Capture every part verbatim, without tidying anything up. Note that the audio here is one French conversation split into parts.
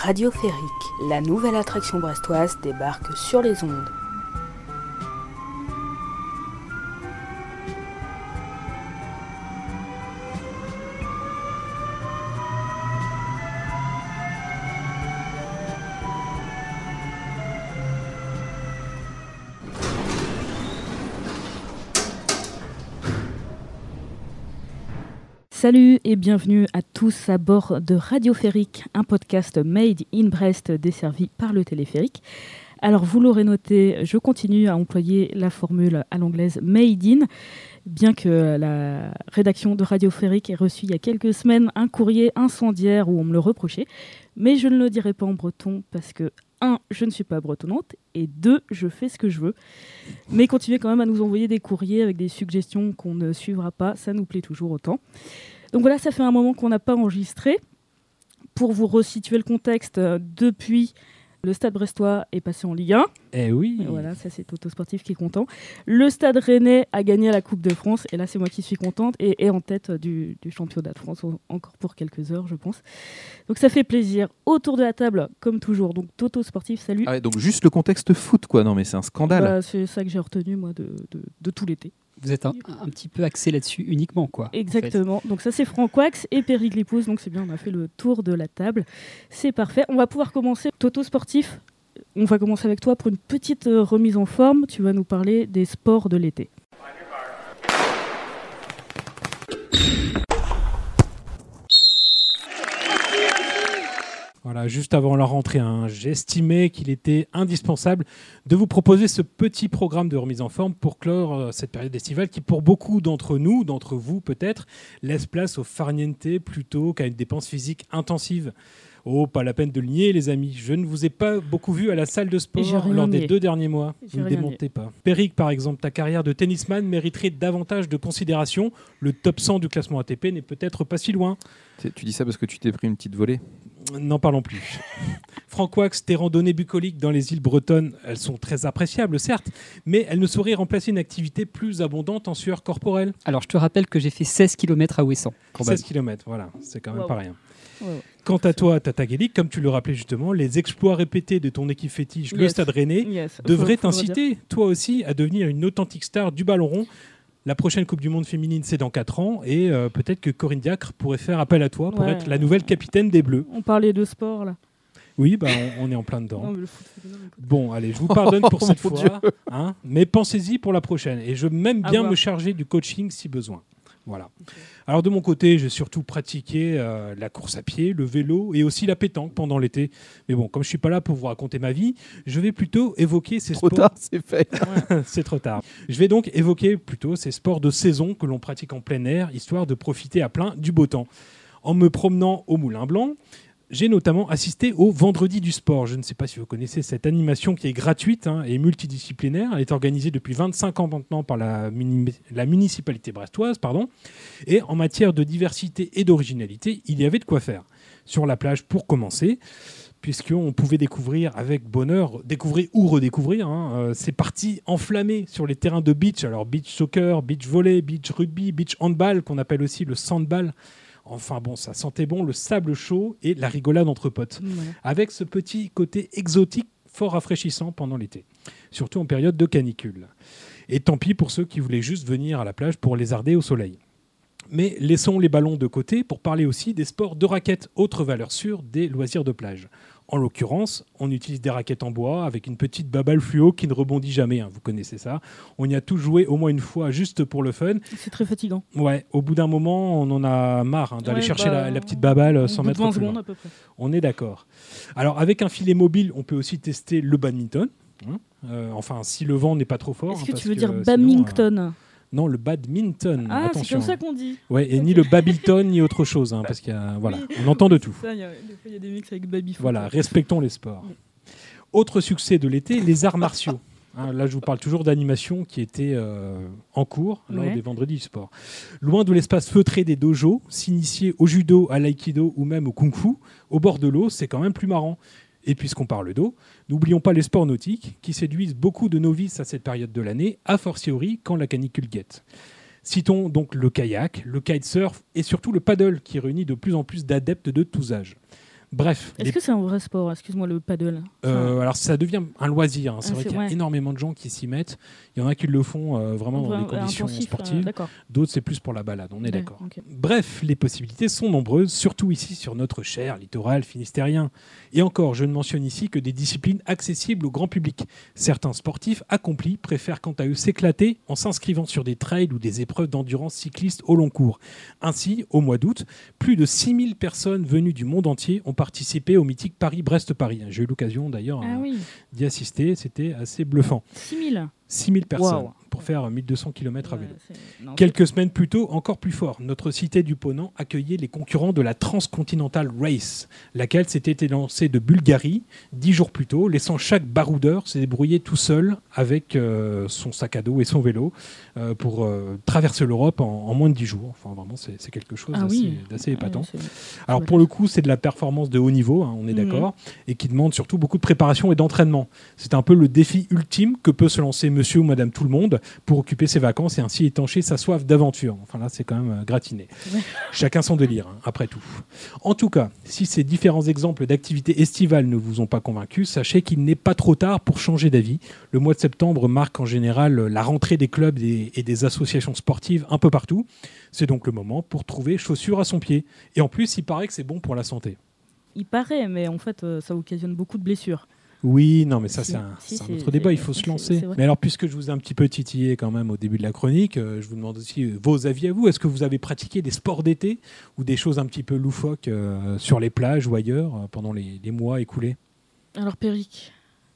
Radio Férique, la nouvelle attraction brestoise débarque sur les ondes. Salut et bienvenue à tous à bord de Radio Férique, un podcast made in Brest desservi par le téléphérique. Alors vous l'aurez noté, je continue à employer la formule à l'anglaise made in, bien que la rédaction de Radio Férique ait reçu il y a quelques semaines un courrier incendiaire où on me le reprochait, mais je ne le dirai pas en breton parce que un, je ne suis pas bretonnante, et deux, je fais ce que je veux. Mais continuez quand même à nous envoyer des courriers avec des suggestions qu'on ne suivra pas, ça nous plaît toujours autant. Donc voilà, ça fait un moment qu'on n'a pas enregistré. Pour vous resituer le contexte, euh, depuis, le Stade brestois est passé en Ligue un. Eh oui. Et voilà, ça c'est Toto Sportif qui est content. Le Stade rennais a gagné la Coupe de France, et là c'est moi qui suis contente, et est en tête du, du championnat de France, encore pour quelques heures je pense. Donc ça fait plaisir. Autour de la table, comme toujours, donc Toto Sportif, salut. Ah ouais, donc juste le contexte foot, quoi. Non mais c'est un scandale. Bah, c'est ça que j'ai retenu moi de, de, de tout l'été. Vous êtes un, un petit peu axé là-dessus uniquement, quoi. Exactement. En fait. Donc ça c'est Franck Wax et Périglipous, donc c'est bien, on a fait le tour de la table. C'est parfait. On va pouvoir commencer. Toto Sportif, on va commencer avec toi pour une petite euh, remise en forme. Tu vas nous parler des sports de l'été. Voilà, juste avant la rentrée, hein, j'estimais qu'il était indispensable de vous proposer ce petit programme de remise en forme pour clore euh, cette période estivale qui, pour beaucoup d'entre nous, d'entre vous peut-être, laisse place au farniente plutôt qu'à une dépense physique intensive. Oh, pas la peine de le nier, les amis. Je ne vous ai pas beaucoup vu à la salle de sport lors des deux derniers mois. Vous ne démontez pas. Péric, par exemple, ta carrière de tennisman mériterait davantage de considération. Le top cent du classement A T P n'est peut-être pas si loin. Tu dis ça parce que tu t'es pris une petite volée ? N'en parlons plus. Franck Wax, tes randonnées bucoliques dans les îles bretonnes, elles sont très appréciables, certes, mais elles ne sauraient remplacer une activité plus abondante en sueur corporelle. Alors, je te rappelle que j'ai fait seize kilomètres à Ouessant. seize kilomètres, voilà, c'est quand même wow. pas rien. Ouais, ouais. Quant à toi, Tata Guélic, comme tu le rappelais justement, les exploits répétés de ton équipe fétiche, yes. le Stade Rennais, yes. devraient faut, faut t'inciter, toi aussi, à devenir une authentique star du ballon rond. La prochaine Coupe du Monde féminine, c'est dans quatre ans, et euh, peut-être que Corinne Diacre pourrait faire appel à toi pour ouais. être la nouvelle capitaine des Bleus. On parlait de sport, là. Oui, bah, on, on est en plein dedans. Non, mais le foot, c'est bon, allez, je vous pardonne pour cette fois, hein, mais pensez-y pour la prochaine. Et je veux même bien me charger du coaching si besoin. Voilà. Okay. Alors de mon côté, j'ai surtout pratiqué euh, la course à pied, le vélo et aussi la pétanque pendant l'été. Mais bon, comme je suis pas là pour vous raconter ma vie, je vais plutôt évoquer ces trop sports... Trop tard, c'est fait. Ouais, c'est trop tard. Je vais donc évoquer plutôt ces sports de saison que l'on pratique en plein air, histoire de profiter à plein du beau temps. En me promenant au Moulin Blanc, j'ai notamment assisté au Vendredi du sport. Je ne sais pas si vous connaissez cette animation qui est gratuite hein, et multidisciplinaire. Elle est organisée depuis vingt-cinq ans maintenant par la, mini- la municipalité brestoise. Pardon. Et en matière de diversité et d'originalité, il y avait de quoi faire. Sur la plage, pour commencer, puisqu'on pouvait découvrir avec bonheur, découvrir ou redécouvrir hein, euh, ces parties enflammées sur les terrains de beach. Alors beach soccer, beach volley, beach rugby, beach handball, qu'on appelle aussi le sandball. Enfin bon, ça sentait bon le sable chaud et la rigolade entre potes. Ouais. Avec ce petit côté exotique fort rafraîchissant pendant l'été. Surtout en période de canicule. Et tant pis pour ceux qui voulaient juste venir à la plage pour lézarder au soleil. Mais laissons les ballons de côté pour parler aussi des sports de raquettes, autre valeur sûre des loisirs de plage. En l'occurrence, on utilise des raquettes en bois avec une petite baballe fluo qui ne rebondit jamais. Hein, vous connaissez ça. On y a tous joué au moins une fois juste pour le fun. C'est très fatigant. Ouais. Au bout d'un moment, on en a marre hein, d'aller ouais, chercher bah, la, la petite baballe sans mettre plus loin. À peu près. On est d'accord. Alors avec un filet mobile, on peut aussi tester le badminton. Hein, euh, enfin, si le vent n'est pas trop fort. Est-ce que hein, tu veux que, dire euh, badminton sinon, euh, Non, le badminton. Ah, attention. c'est comme ça qu'on dit. Ouais, et ni le babilton ni autre chose, hein, parce qu'il y a, voilà, on entend de tout. Ça, il y a, des fois, il y a des mix avec baby. Voilà, respectons les sports. Oui. Autre succès de l'été, les arts martiaux. Hein, là, je vous parle toujours d'animation qui était euh, en cours lors ouais. des Vendredis du sport. Loin de l'espace feutré des dojos, s'initier au judo, à l'aïkido ou même au kung-fu, au bord de l'eau, c'est quand même plus marrant. Et puisqu'on parle d'eau, n'oublions pas les sports nautiques qui séduisent beaucoup de novices à cette période de l'année, a fortiori quand la canicule guette. Citons donc le kayak, le kitesurf et surtout le paddle qui réunit de plus en plus d'adeptes de tous âges. Bref. Est-ce les... que c'est un vrai sport ? Excuse-moi, le paddle. Euh, Enfin... alors ça devient un loisir. Hein. C'est ah, vrai c'est... qu'il y a ouais. énormément de gens qui s'y mettent. Il y en a qui le font euh, vraiment dans des conditions intensif, sportives. Euh, D'autres, c'est plus pour la balade. On est ouais, d'accord. Okay. Bref, les possibilités sont nombreuses, surtout ici sur notre cher littoral finistérien. Et encore, je ne mentionne ici que des disciplines accessibles au grand public. Certains sportifs accomplis préfèrent quant à eux s'éclater en s'inscrivant sur des trails ou des épreuves d'endurance cycliste au long cours. Ainsi, au mois d'août, plus de six mille personnes venues du monde entier ont participé au mythique Paris-Brest-Paris. J'ai eu l'occasion d'ailleurs ah, euh, oui. d'y assister, c'était assez bluffant. six mille six mille personnes wow. pour faire mille deux cents kilomètres ouais, à vélo. non, Quelques c'est... semaines plus tôt, encore plus fort, notre cité du Ponant accueillait les concurrents de la Transcontinental Race, laquelle s'était lancée de Bulgarie dix jours plus tôt, laissant chaque baroudeur se débrouiller tout seul avec euh, son sac à dos et son vélo euh, pour euh, traverser l'Europe en, en moins de dix jours. Enfin, vraiment, c'est, c'est quelque chose ah, d'assez, oui. d'assez épatant. Ouais, Alors, pour le coup, c'est de la performance de haut niveau, hein, on est mmh. d'accord, et qui demande surtout beaucoup de préparation et d'entraînement. C'est un peu le défi ultime que peut se lancer monsieur ou madame tout le monde pour occuper ses vacances et ainsi étancher sa soif d'aventure. Enfin là, c'est quand même euh, gratiné. Ouais. Chacun son délire, hein, après tout. En tout cas, si ces différents exemples d'activités estivales ne vous ont pas convaincu, sachez qu'il n'est pas trop tard pour changer d'avis. Le mois de septembre marque en général la rentrée des clubs et, et des associations sportives un peu partout. C'est donc le moment pour trouver chaussures à son pied. Et en plus, il paraît que c'est bon pour la santé. Il paraît, mais en fait, euh, ça occasionne beaucoup de blessures. Oui, non, mais ça, si, c'est un, si, c'est un c'est, autre débat, c'est, il faut c'est, se lancer. c'est mais alors, puisque je vous ai un petit peu titillé quand même au début de la chronique, euh, je vous demande aussi euh, vos avis à vous. Est-ce que vous avez pratiqué des sports d'été ou des choses un petit peu loufoques euh, sur les plages ou ailleurs euh, pendant les, les mois écoulés ? Alors, Péric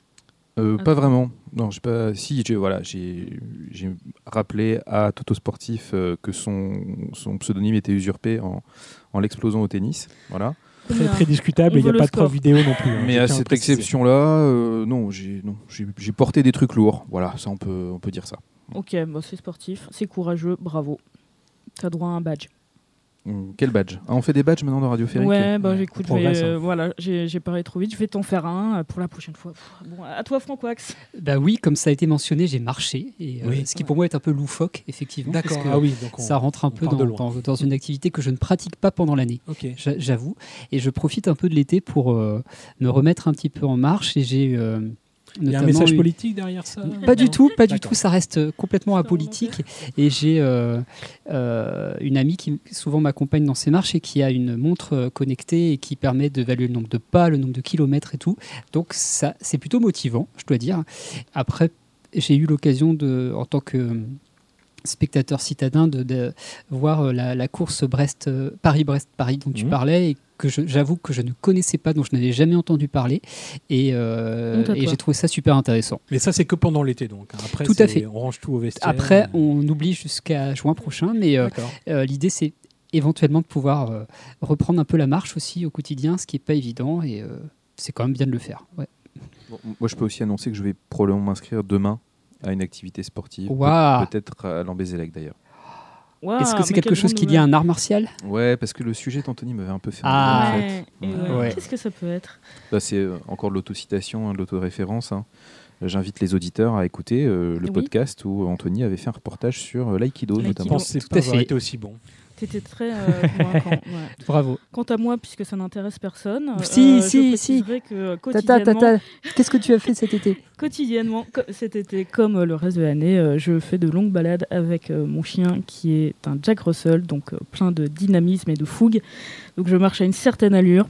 euh, Pas vraiment. Non, j'ai pas. Si, j'ai, voilà, j'ai, j'ai rappelé à Toto Sportif euh, que son, son pseudonyme était usurpé en, en l'explosant au tennis. Voilà. Très, très discutable, il n'y a pas de preuve vidéo non plus. Hein, mais à cette exception-là, euh, non, j'ai, non j'ai, j'ai porté des trucs lourds. Voilà, ça on peut, on peut dire ça. Ok, bah c'est sportif, c'est courageux, bravo. Tu as droit à un badge. Hum, quel badge ? Ah, on fait des badges maintenant dans Radio Férique ? Ouais, bah ouais, écoute, vais, euh, voilà, j'ai, j'ai parlé trop vite, je vais t'en faire un pour la prochaine fois. Bon, à toi, Francoax. Bah oui, comme ça a été mentionné, j'ai marché, et, euh, oui. ce qui pour moi est un peu loufoque, effectivement. D'accord, parce que ah oui, donc on, ça rentre un peu dans, dans, dans une activité que je ne pratique pas pendant l'année, okay. j'avoue. Et je profite un peu de l'été pour euh, me remettre un petit peu en marche, et j'ai... Euh, Il y a un message eu... politique derrière ça ? Pas du tout, pas D'accord. du tout. Ça reste complètement apolitique. Et j'ai euh, euh, une amie qui souvent m'accompagne dans ces marches et qui a une montre connectée et qui permet d'évaluer le nombre de pas, le nombre de kilomètres et tout. Donc ça, c'est plutôt motivant, je dois dire. Après, j'ai eu l'occasion de, en tant que spectateur citadin, de, de voir la, la course Brest, euh, Paris-Brest-Paris dont tu mmh. parlais et que je, j'avoue que je ne connaissais pas, dont je n'avais jamais entendu parler, et, euh, et j'ai trouvé ça super intéressant. Mais ça, c'est que pendant l'été, donc. Après, tout à fait. On range tout au vestiaire. Après, on oublie jusqu'à juin prochain, mais euh, euh, l'idée, c'est éventuellement de pouvoir euh, reprendre un peu la marche aussi au quotidien, ce qui n'est pas évident, et euh, c'est quand même bien de le faire. Ouais. Bon, moi, je peux aussi annoncer que je vais probablement m'inscrire demain à une activité sportive, wow. peut-être à l'Ambézélec d'ailleurs. Wow, Est-ce que c'est quelque chose qui est lié à un art martial ? Ouais, parce que le sujet d'Anthony m'avait un peu fait. Ah, en ouais. fait. Et ouais. Ouais. Qu'est-ce que ça peut être ? Bah, c'est euh, encore de l'autocitation, hein, de l'autoréférence. Hein. J'invite les auditeurs à écouter euh, le oui. podcast où Anthony avait fait un reportage sur euh, l'aïkido, l'aïkido, notamment. Je pensais pas avoir été aussi bon. C'était très euh, convaincant. Ouais. Bravo. Quant à moi, puisque ça n'intéresse personne, si, euh, si, je si. que quotidiennement, tata, tata. Qu'est-ce que tu as fait cet été ? Quotidiennement, cet été, comme le reste de l'année, euh, je fais de longues balades avec euh, mon chien qui est un Jack Russell, donc euh, plein de dynamisme et de fougue. Donc je marche à une certaine allure.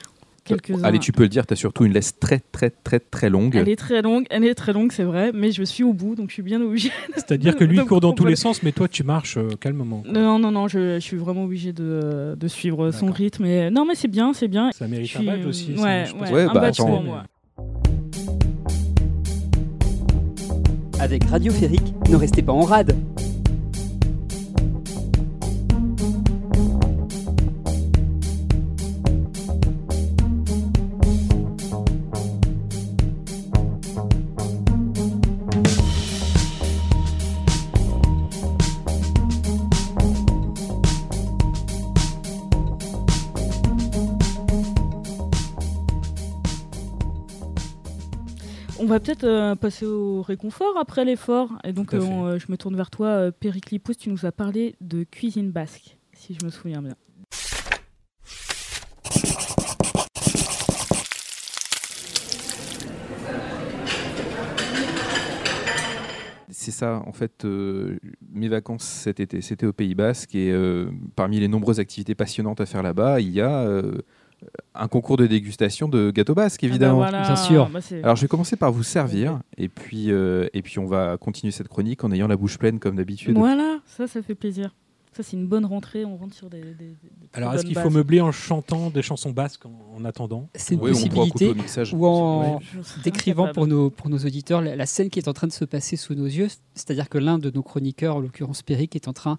Euh, allez, tu peux le dire, tu as surtout une laisse très très très très longue. Elle est très longue, elle est très longue, c'est vrai, mais je suis au bout, donc je suis bien obligée. C'est-à-dire que lui il court dans tous les sens, mais toi tu marches euh, calmement. Quoi. Non, non, non, je, je suis vraiment obligée de, de suivre D'accord. son rythme. Et... Non, mais c'est bien, c'est bien. Ça mérite je un suis... badge aussi. Ouais, ça, ouais, ouais un bah, badge attends, pour moi. Avec Radio Férique, ne restez pas en rade. On va peut-être euh, passer au réconfort après l'effort. Et donc, euh, on, euh, je me tourne vers toi, euh, Périclipous. Tu nous as parlé de cuisine basque, si je me souviens bien. c'est ça. En fait, euh, mes vacances cet été, c'était au Pays Basque. Et euh, parmi les nombreuses activités passionnantes à faire là-bas, il y a euh, un concours de dégustation de gâteaux basques, évidemment. Ah bah voilà, Bien sûr. bah c'est- Alors, je vais commencer par vous servir. Et puis, euh, et puis, on va continuer cette chronique en ayant la bouche pleine, comme d'habitude. Voilà, ça, ça fait plaisir. Ça, c'est une bonne rentrée. On rentre sur des. des- des- des très Alors, est-ce bonnes qu'il faut bases. meubler en chantant des chansons basques en, en attendant? C'est une Oui, on pourra couper possibilité. au mixage. Ou en Ouais. Je serais décrivant incapable. pour nos, pour nos auditeurs la, la scène qui est en train de se passer sous nos yeux, c'est-à-dire que l'un de nos chroniqueurs, en l'occurrence Péric, est en train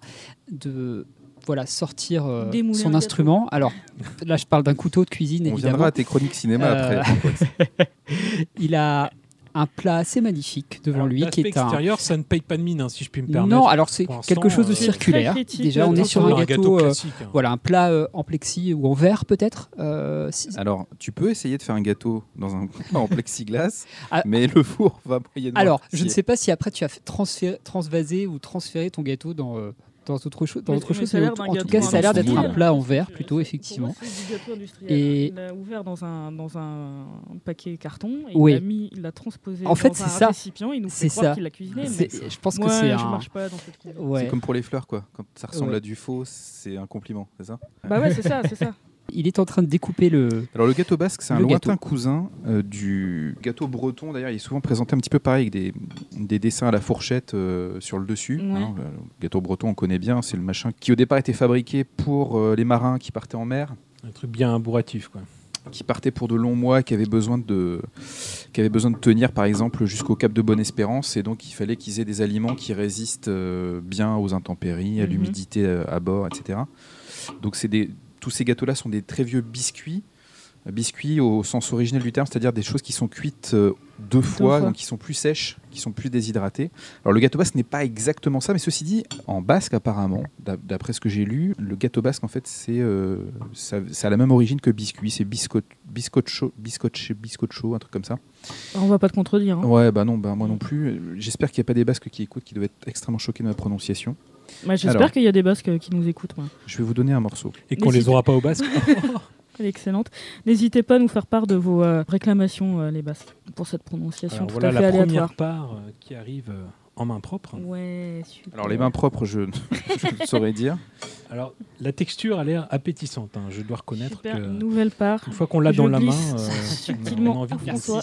de voilà, sortir euh, Démouler son un gâteau. instrument. Alors là, je parle d'un couteau de cuisine, On évidemment. viendra à tes chroniques cinéma Euh, après. Il a un plat assez magnifique devant Alors, lui qui l'aspect est un... extérieur, ça ne paye pas de mine, hein, si je puis me permettre. Non, alors c'est Pour l'instant, quelque chose de euh, circulaire. C'est très critique, Déjà, le on est sur un Un gâteau, euh, classique. hein. voilà, un plat euh, en plexi ou en verre peut-être. Euh, si- Alors, tu peux essayer de faire un gâteau dans un en plexiglas, Ah. mais le four va moyennement. Alors, je ne apprécier. sais pas si après tu as fait transférer, transvaser ou transférer ton gâteau dans, euh, dans autre, cho- dans Mais- autre mais chose. ça a mais l'air en d'un en tout gâteau cas, ça a l'air d'être un industriel. plat en verre C'est- plutôt, c'est- effectivement. pour moi, c'est du gâteau industriel. Et- Il l'a ouvert dans un, dans un paquet carton et Oui. il l'a mis, il l'a transposé En fait, dans c'est un ça. récipient. Il nous C'est fait croire ça. qu'il l'a cuisiné. Mais C'est- Je pense moi, que c'est je un. marche pas dans cette cuisine. Ouais. C'est comme pour les fleurs, quoi. Quand ça ressemble Ouais. à du faux, c'est un compliment, c'est ça? Bah ouais, c'est ça, c'est ça. Il est en train de découper le. Alors le gâteau basque, c'est un Le lointain gâteau. cousin euh, du gâteau breton. D'ailleurs, il est souvent présenté un petit peu pareil, avec des, des dessins à la fourchette euh, sur le dessus. Ouais. hein. Le gâteau breton, on connaît bien, c'est le machin qui au départ était fabriqué pour euh, les marins qui partaient en mer, Un truc bien bourratif, quoi. qui partaient pour de longs mois, qui avaient besoin de, qui avaient besoin de tenir, par exemple, jusqu'au cap de Bonne-Espérance. Et donc, il fallait qu'ils aient des aliments qui résistent euh, bien aux intempéries, à Mhm. l'humidité euh, à bord, et cetera. Donc, c'est des, tous ces gâteaux-là sont des très vieux biscuits. Biscuits au sens originel du terme, c'est-à-dire des choses qui sont cuites euh, deux fois, fois. donc qui sont plus sèches, qui sont plus déshydratées. Alors le gâteau basque n'est pas exactement ça, mais ceci dit, en basque apparemment, d'ap- d'après ce que j'ai lu, le gâteau basque en fait c'est euh, ça, ça a la même origine que biscuit, c'est bisco, biscocho, biscoche, biscocho, un truc comme ça. On va pas te contredire. hein. Ouais, bah non, bah moi non plus. Euh, J'espère qu'il n'y a pas des basques qui écoutent, qui doivent être extrêmement choqués de ma prononciation. Bah, J'espère Alors. qu'il y a des Basques qui nous écoutent. Moi. Je vais vous donner un morceau. Et qu'on les N'hésitez- aura pas au basque. Elle est excellente. N'hésitez pas à nous faire part de vos euh, réclamations, euh, les Basques, pour cette prononciation Alors tout voilà à fait la aléatoire. première part euh, qui arrive euh, en main propre. Ouais, super. Alors les mains propres, je ne je ne saurais dire. Alors la texture a l'air appétissante, hein, je dois reconnaître Super, que nouvelle part. une fois qu'on l'a Je dans la main, glisse euh, on a- subtilement on a envie à de François.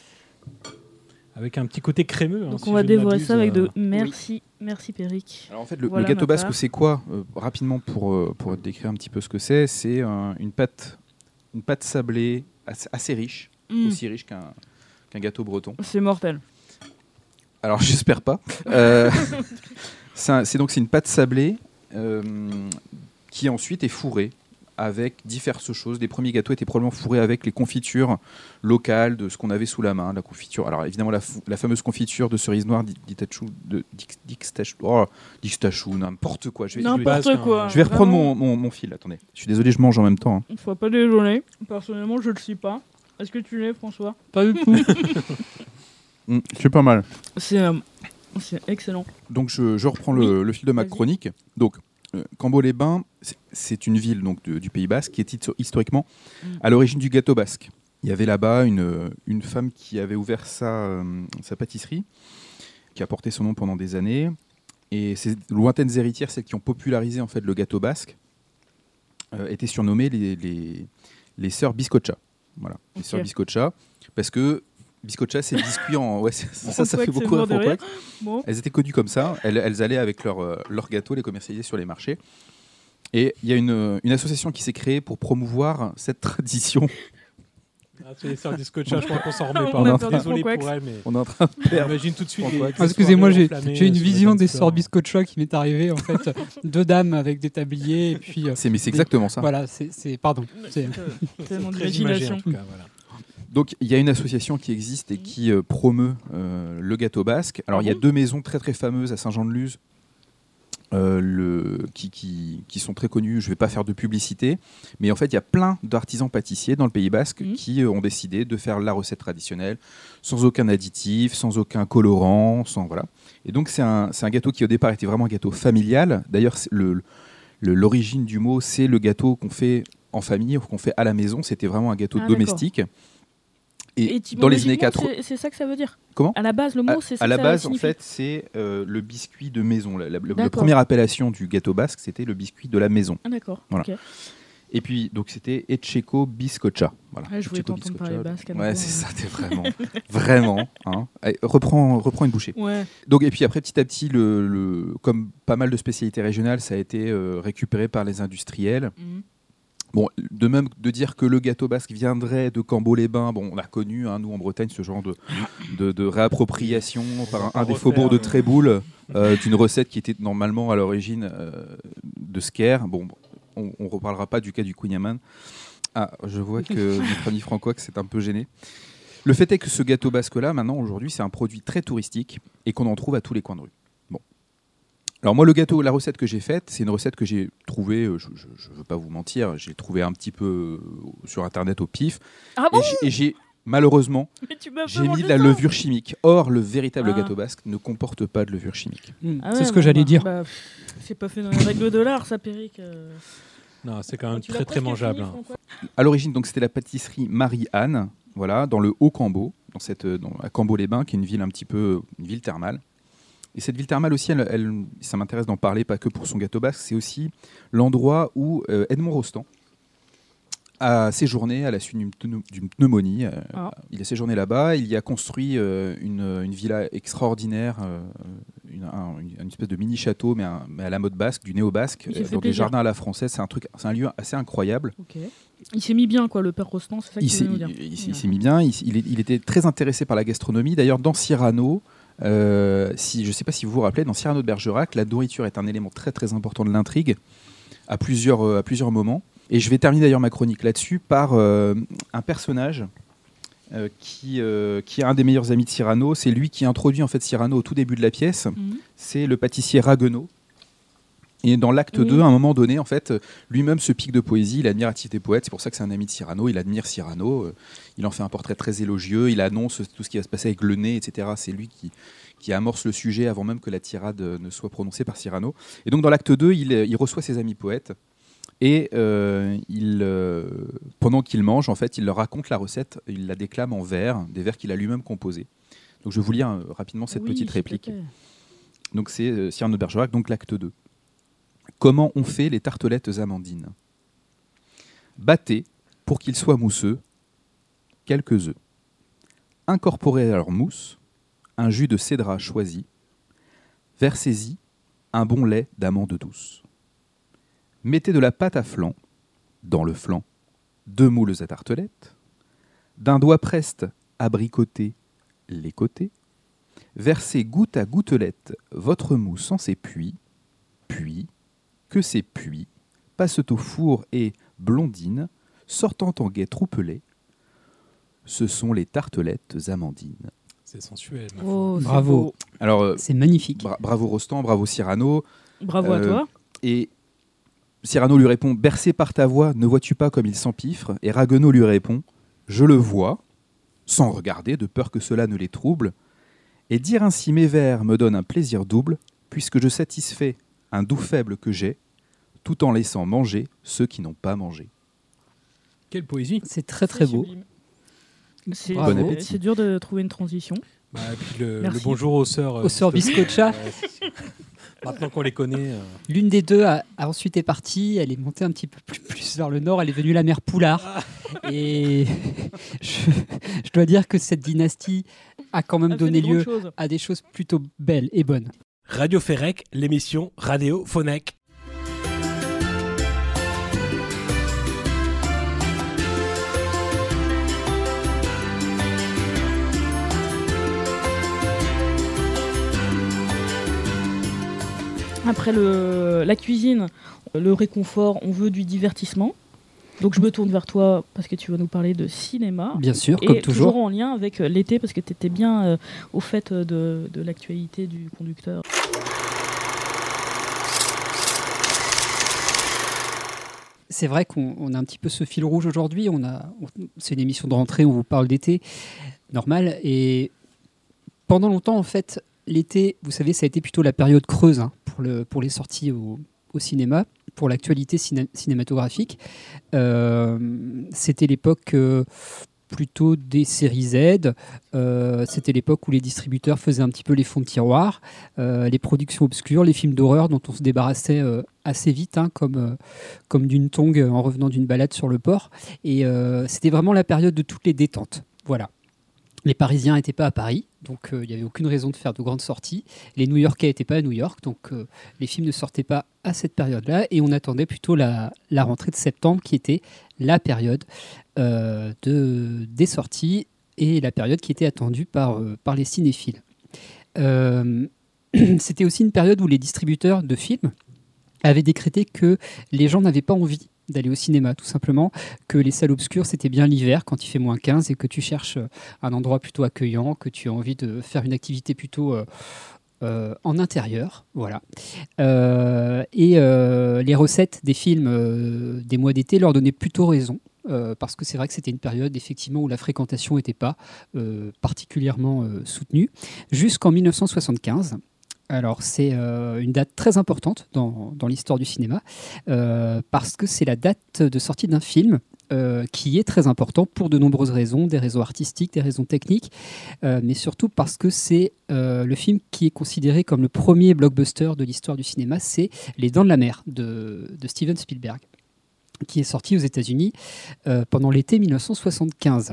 avec un petit côté crémeux. hein, Donc si on va je ne dévorer m'abuse, ça avec de euh, merci, merci Péric. Alors en fait, le, Voilà le gâteau ma basque, part. c'est quoi Euh, Rapidement, pour, euh, pour te décrire un petit peu ce que c'est, c'est un- une pâte, une pâte sablée assez, assez riche, Mm. aussi riche qu'un qu'un gâteau breton. C'est mortel. Alors j'espère pas. Euh, c'est un- c'est donc c'est une pâte sablée euh, qui ensuite est fourrée avec diverses choses. Les premiers gâteaux étaient probablement fourrés avec les confitures locales de ce qu'on avait sous la main. La confiture, alors évidemment la, fou- la fameuse confiture de cerise noire d'Itachu, de Dix- Dixtachou, oh, Dixtachou, n'importe quoi. Je vais, je vais- Basque, N'importe hein. quoi. je vais reprendre Vraiment, mon, mon- mon fil. Attendez, je suis désolé, je mange en même temps. hein. Sois pas désolé. Personnellement, je le suis pas. Est-ce que tu l'es, François? Pas du tout. Mm, c'est pas mal. C'est euh, c'est excellent. Donc je, je reprends le, le fil de ma vas-y. chronique. Donc euh, Cambo-les-Bains, c'est- c'est une ville donc de- du Pays Basque qui est histo- historiquement Mm. à l'origine du gâteau basque. Il y avait là-bas une, une femme qui avait ouvert sa, euh, sa pâtisserie, qui a porté son nom pendant des années. Et ces lointaines héritières, celles qui ont popularisé en fait le gâteau basque, euh, étaient surnommées les, les, les sœurs Biscocha. Voilà, les Ok. sœurs Biscocha, parce que Biscocha, c'est biscuit en... Ouais, c'est- ça, ça fait Franck, c'est beaucoup mort de rire. rire. Bon. Elles étaient connues comme ça. Elles, elles allaient avec leurs euh, leurs gâteaux les commercialiser sur les marchés. Et il y a une, une association qui s'est créée pour promouvoir cette tradition. Ah, c'est les sœurs du scotch, je crois qu'on s'en remet pas. On a hein. perdu Désolé Franck pour Wax. elle, mais On est en train de perdre. j'imagine tout de suite. Franck des- Wax. des Ah, excusez-moi, soirées j'ai enflammées j'ai une sur les vision des danseurs. sœurs Biscocha qui m'est arrivée en fait. Deux dames avec des tabliers et puis. euh, C'est, mais c'est exactement ça. Voilà, c'est c'est- pardon. C'est- Tellement Très imagé, en d'imagination. tout cas, voilà. Donc il y a une association qui existe et qui euh, promeut euh, le gâteau basque. Alors il y a deux maisons très très fameuses à Saint-Jean-de-Luz euh, le, qui, qui, qui sont très connues. Je ne vais pas faire de publicité, mais en fait il y a plein d'artisans pâtissiers dans le Pays Basque Mhm. qui euh, ont décidé de faire la recette traditionnelle sans aucun additif, sans aucun colorant, sans voilà. Et donc c'est un, c'est un gâteau qui au départ était vraiment un gâteau familial. D'ailleurs c'est le, le- l'origine du mot c'est le gâteau qu'on fait en famille ou qu'on fait à la maison. C'était vraiment un gâteau Ah, d'accord. domestique. Et, et dans les années quatre-vingts, c'est, c'est ça que ça veut dire. Comment ? À la base, le mot, à, c'est ça. À la que base, ça en fait, c'est euh, le biscuit de maison. La, la, la, la première appellation du gâteau basque, c'était le biscuit de la maison. Ah, d'accord. Voilà. Okay. Et puis, donc, c'était Etxeko Bizkotxa. Voilà. Ouais, je voulais pas entendre parler basque. Ouais, c'est ça, t'es vraiment, vraiment. Hein. Allez, reprends, reprends une bouchée. Ouais. Donc, et puis après, petit à petit, le, le, comme pas mal de spécialités régionales, ça a été euh, récupéré par les industriels. Mmh. Bon, de même de dire que le gâteau basque viendrait de Cambo-les-Bains, bon, on a connu, hein, nous en Bretagne, ce genre de, de, de réappropriation par un, un des faubourgs de Tréboul euh, d'une recette qui était normalement à l'origine euh, de Sker. Bon, on ne reparlera pas du cas du Kouign-Amann. Ah, je vois que notre ami Francois s'est un peu gêné. Le fait est que ce gâteau basque-là, maintenant, aujourd'hui, c'est un produit très touristique et qu'on en trouve à tous les coins de rue. Bon. Alors moi, le gâteau, la recette que j'ai faite, c'est une recette que j'ai trouvée, je ne veux pas vous mentir, j'ai trouvé un petit peu sur Internet au pif. Ah bon ? Et j'ai, et j'ai malheureusement, j'ai mis de la levure chimique. Or, le véritable ah. gâteau basque ne comporte pas de levure chimique. Mmh. Ah c'est ouais, ce que bah, j'allais bah, dire. Bah, c'est pas fait dans les règles de l'art, ça, Péric. Euh... Non, c'est quand même très très mangeable. Fini, hein. À l'origine, donc, c'était la pâtisserie Marie-Anne, voilà, dans le Haut-Cambo, dans cette, dans, à Cambo-les-Bains, qui est une ville un petit peu, une ville thermale. Et cette ville thermale aussi, elle, elle, ça m'intéresse d'en parler, pas que pour son gâteau basque, c'est aussi l'endroit où euh, Edmond Rostand a séjourné à la suite d'une, d'une pneumonie. Euh, ah. Il a séjourné là-bas, il y a construit euh, une, une villa extraordinaire, euh, une, un, une espèce de mini-château, mais, un, mais à la mode basque, du néo-basque, euh, dans des jardins à la française. C'est un, truc, c'est un lieu assez incroyable. Okay. Il s'est mis bien, quoi, le père Rostand, c'est ça qu'il veut nous dire. Il, il, il s'est mis bien, il, il, il était très intéressé par la gastronomie. D'ailleurs, dans Cyrano, Euh, si, je ne sais pas si vous vous rappelez, dans Cyrano de Bergerac, la nourriture est un élément très très important de l'intrigue à plusieurs, euh, à plusieurs moments. Et je vais terminer d'ailleurs ma chronique là-dessus par euh, un personnage euh, qui, euh, qui est un des meilleurs amis de Cyrano. C'est lui qui introduit en fait Cyrano au tout début de la pièce. Mmh. C'est le pâtissier Ragueneau. Et dans l'acte oui. deux, à un moment donné, en fait, lui-même se pique de poésie, il admire Attiété poète, c'est pour ça que c'est un ami de Cyrano, il admire Cyrano, euh, il en fait un portrait très élogieux, il annonce tout ce qui va se passer avec le nez, et cetera. C'est lui qui, qui amorce le sujet avant même que la tirade ne soit prononcée par Cyrano. Et donc dans l'acte deux, il, il reçoit ses amis poètes, et euh, il, euh, pendant qu'il mange, en fait, il leur raconte la recette, il la déclame en vers, des vers qu'il a lui-même composés. Donc je vais vous lire euh, rapidement cette oui, petite réplique. Donc c'est euh, Cyrano de Bergerac, donc l'acte deux. Comment on fait les tartelettes amandines ? Battez, pour qu'ils soient mousseux, quelques œufs. Incorporez à leur mousse un jus de cédrat choisi. Versez-y un bon lait d'amande douce. Mettez de la pâte à flan, dans le flan, deux moules à tartelettes. D'un doigt preste, abricotez les côtés. Versez goutte à gouttelette votre mousse en ses puits, puis que ces puits passent au four et blondine, sortant en guet troupelet, ce sont les tartelettes amandines. C'est sensuel. Oh, bravo. C'est Alors, euh, c'est magnifique. Bra- bravo Rostand, bravo Cyrano. Bravo euh, à toi. Et Cyrano lui répond, bercé par ta voix, ne vois-tu pas comme il s'empiffre ? Et Ragueneau lui répond, je le vois, sans regarder, de peur que cela ne les trouble. Et dire ainsi mes vers me donne un plaisir double, puisque je satisfais un doux faible que j'ai, tout en laissant manger ceux qui n'ont pas mangé. Quelle poésie. C'est très très c'est beau. C'est, bon appétit. C'est dur de trouver une transition. Bah, et puis le, le bonjour aux sœurs. Aux sœurs Bizkotxa. Euh, maintenant qu'on les connaît. Euh... L'une des deux a, a ensuite est partie, elle est montée un petit peu plus, plus vers le nord, elle est devenue la mère Poulard. Ah. Et je, je dois dire que cette dynastie a quand même elle donné lieu choses. à des choses plutôt belles et bonnes. Radio Ferrec, l'émission Radéophonec. Après le, la cuisine, le réconfort, on veut du divertissement. Donc je me tourne vers toi parce que tu vas nous parler de cinéma. Bien sûr, et comme toujours. toujours en lien avec l'été parce que tu étais bien euh, au fait de, de l'actualité du conducteur. C'est vrai qu'on on a un petit peu ce fil rouge aujourd'hui. On a, on, c'est une émission de rentrée, on vous parle d'été, normal. Et pendant longtemps, en fait, l'été, vous savez, ça a été plutôt la période creuse hein, pour, le, pour les sorties au, au cinéma, pour l'actualité ciné- cinématographique. Euh, c'était l'époque euh, plutôt des séries Z. Euh, c'était l'époque où les distributeurs faisaient un petit peu les fonds de tiroir, euh, les productions obscures, les films d'horreur dont on se débarrassait euh, assez vite, hein, comme, euh, comme d'une tongue en revenant d'une balade sur le port. Et euh, c'était vraiment la période de toutes les détentes. Voilà. Les Parisiens n'étaient pas à Paris, donc il euh, n'y avait aucune raison de faire de grandes sorties. Les New-Yorkais n'étaient pas à New York, donc euh, les films ne sortaient pas à cette période-là. Et on attendait plutôt la, la rentrée de septembre, qui était la période euh, de, des sorties et la période qui était attendue par, euh, par les cinéphiles. Euh, c'était aussi une période où les distributeurs de films avaient décrété que les gens n'avaient pas envie d'aller au cinéma, tout simplement, que les salles obscures, c'était bien l'hiver, quand il fait moins quinze, et que tu cherches un endroit plutôt accueillant, que tu as envie de faire une activité plutôt euh, euh, en intérieur. Voilà. Euh, et euh, les recettes des films euh, des mois d'été leur donnaient plutôt raison, euh, parce que c'est vrai que c'était une période, effectivement, où la fréquentation n'était pas euh, particulièrement euh, soutenue, jusqu'en mille neuf cent soixante-quinze. Alors, c'est euh, une date très importante dans, dans l'histoire du cinéma, euh, parce que c'est la date de sortie d'un film euh, qui est très important pour de nombreuses raisons, des raisons artistiques, des raisons techniques, euh, mais surtout parce que c'est euh, le film qui est considéré comme le premier blockbuster de l'histoire du cinéma, c'est Les Dents de la Mer de, de Steven Spielberg, qui est sorti aux États-Unis euh, pendant l'été mille neuf cent soixante-quinze.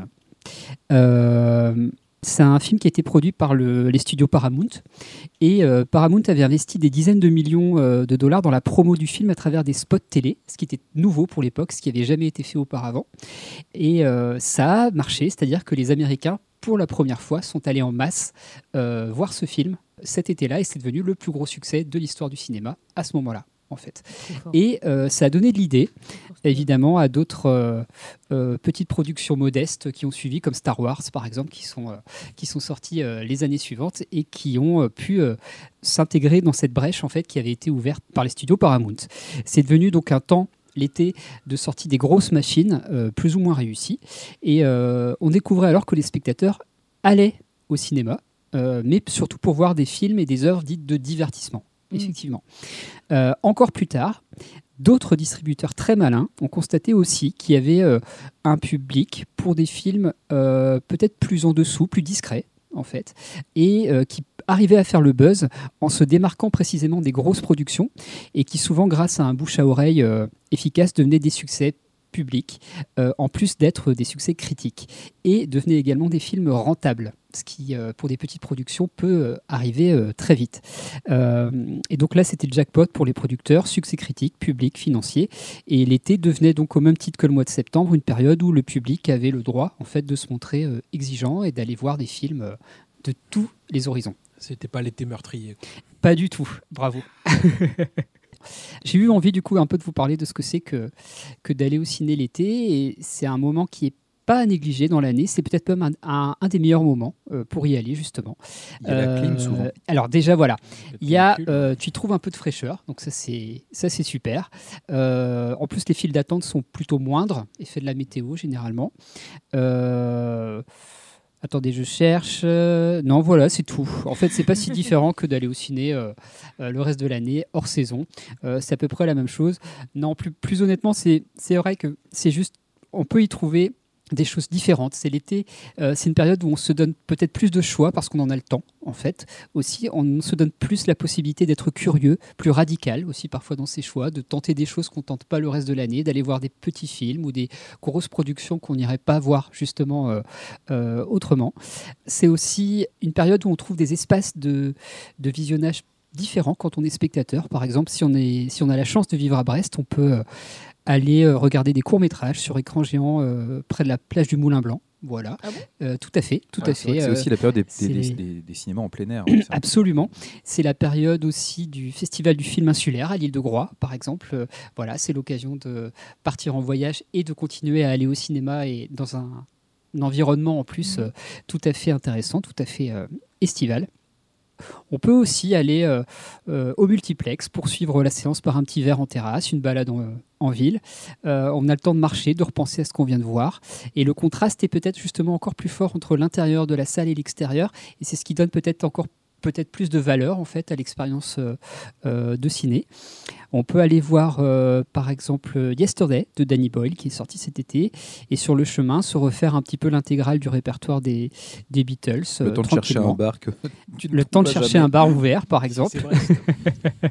Euh, C'est un film qui a été produit par le, les studios Paramount. Et euh, Paramount avait investi des dizaines de millions euh, de dollars dans la promo du film à travers des spots télé, ce qui était nouveau pour l'époque, ce qui n'avait jamais été fait auparavant. Et euh, ça a marché, c'est-à-dire que les Américains, pour la première fois, sont allés en masse euh, voir ce film cet été-là, et c'est devenu le plus gros succès de l'histoire du cinéma à ce moment-là. En fait. Et euh, ça a donné de l'idée, évidemment, à d'autres euh, euh, petites productions modestes qui ont suivi, comme Star Wars, par exemple, qui sont, euh, qui sont sorties euh, les années suivantes et qui ont euh, pu euh, s'intégrer dans cette brèche en fait, qui avait été ouverte par les studios Paramount. C'est devenu donc un temps, l'été, de sortie des grosses machines, euh, plus ou moins réussies. Et euh, on découvrait alors que les spectateurs allaient au cinéma, euh, mais surtout pour voir des films et des œuvres dites de divertissement. Effectivement. Euh, encore plus tard, d'autres distributeurs très malins ont constaté aussi qu'il y avait euh, un public pour des films euh, peut-être plus en dessous, plus discrets en fait, et euh, qui arrivaient à faire le buzz en se démarquant précisément des grosses productions et qui souvent, grâce à un bouche à oreille euh, efficace, devenaient des succès publics, euh, en plus d'être des succès critiques, et devenaient également des films rentables, ce qui, euh, pour des petites productions, peut euh, arriver euh, très vite. Euh, et donc là, c'était le jackpot pour les producteurs, succès critique, public, financier, et l'été devenait donc, au même titre que le mois de septembre, une période où le public avait le droit, en fait, de se montrer euh, exigeant et d'aller voir des films euh, de tous les horizons. C'était pas l'été meurtrier. Pas du tout, bravo. J'ai eu envie du coup un peu de vous parler de ce que c'est que, que d'aller au ciné l'été, et c'est un moment qui est pas à négliger dans l'année, c'est peut-être même un, un, un des meilleurs moments euh, pour y aller justement. Il y a euh, la clim souvent. Alors déjà voilà, il y a, euh, tu y trouves un peu de fraîcheur, donc ça c'est, ça, c'est super. Euh, en plus les files d'attente sont plutôt moindres, effet de la météo généralement. Euh, Attendez, je cherche. Euh, non, voilà, c'est tout. En fait, c'est pas si différent que d'aller au ciné euh, euh, le reste de l'année, hors saison. Euh, c'est à peu près la même chose. Non, plus, plus honnêtement, c'est, c'est vrai que c'est juste, on peut y trouver des choses différentes. C'est l'été, euh, c'est une période où on se donne peut-être plus de choix parce qu'on en a le temps, en fait. Aussi, on se donne plus la possibilité d'être curieux, plus radical aussi parfois dans ses choix, de tenter des choses qu'on ne tente pas le reste de l'année, d'aller voir des petits films ou des grosses productions qu'on n'irait pas voir justement euh, euh, autrement. C'est aussi une période où on trouve des espaces de, de visionnage différents quand on est spectateur. Par exemple, si on, est, si on a la chance de vivre à Brest, on peut... Euh, aller euh, regarder des courts-métrages sur écran géant euh, près de la plage du Moulin Blanc. Voilà, ah bon euh, tout à fait, tout ouais, à fait. C'est euh, aussi la période des, des, des, des, des cinémas en plein air. Oui, absolument. C'est la période aussi du Festival du film insulaire à l'île de Groix, par exemple. Euh, voilà, c'est l'occasion de partir en voyage et de continuer à aller au cinéma et dans un, un environnement en plus euh, tout à fait intéressant, tout à fait euh, estival. On peut aussi aller euh, euh, au multiplex pour suivre la séance par un petit verre en terrasse, une balade en, en ville. Euh, on a le temps de marcher, de repenser à ce qu'on vient de voir. Et le contraste est peut-être justement encore plus fort entre l'intérieur de la salle et l'extérieur. Et c'est ce qui donne peut-être encore peut-être plus de valeur en fait à l'expérience euh, euh, de ciné. On peut aller voir euh, par exemple Yesterday de Danny Boyle qui est sorti cet été et sur le chemin se refaire un petit peu l'intégrale du répertoire des, des Beatles. Le euh, temps de chercher un bar que tu ne Le trouves temps de pas chercher jamais. un bar ouvert par exemple. C'est vrai, c'est-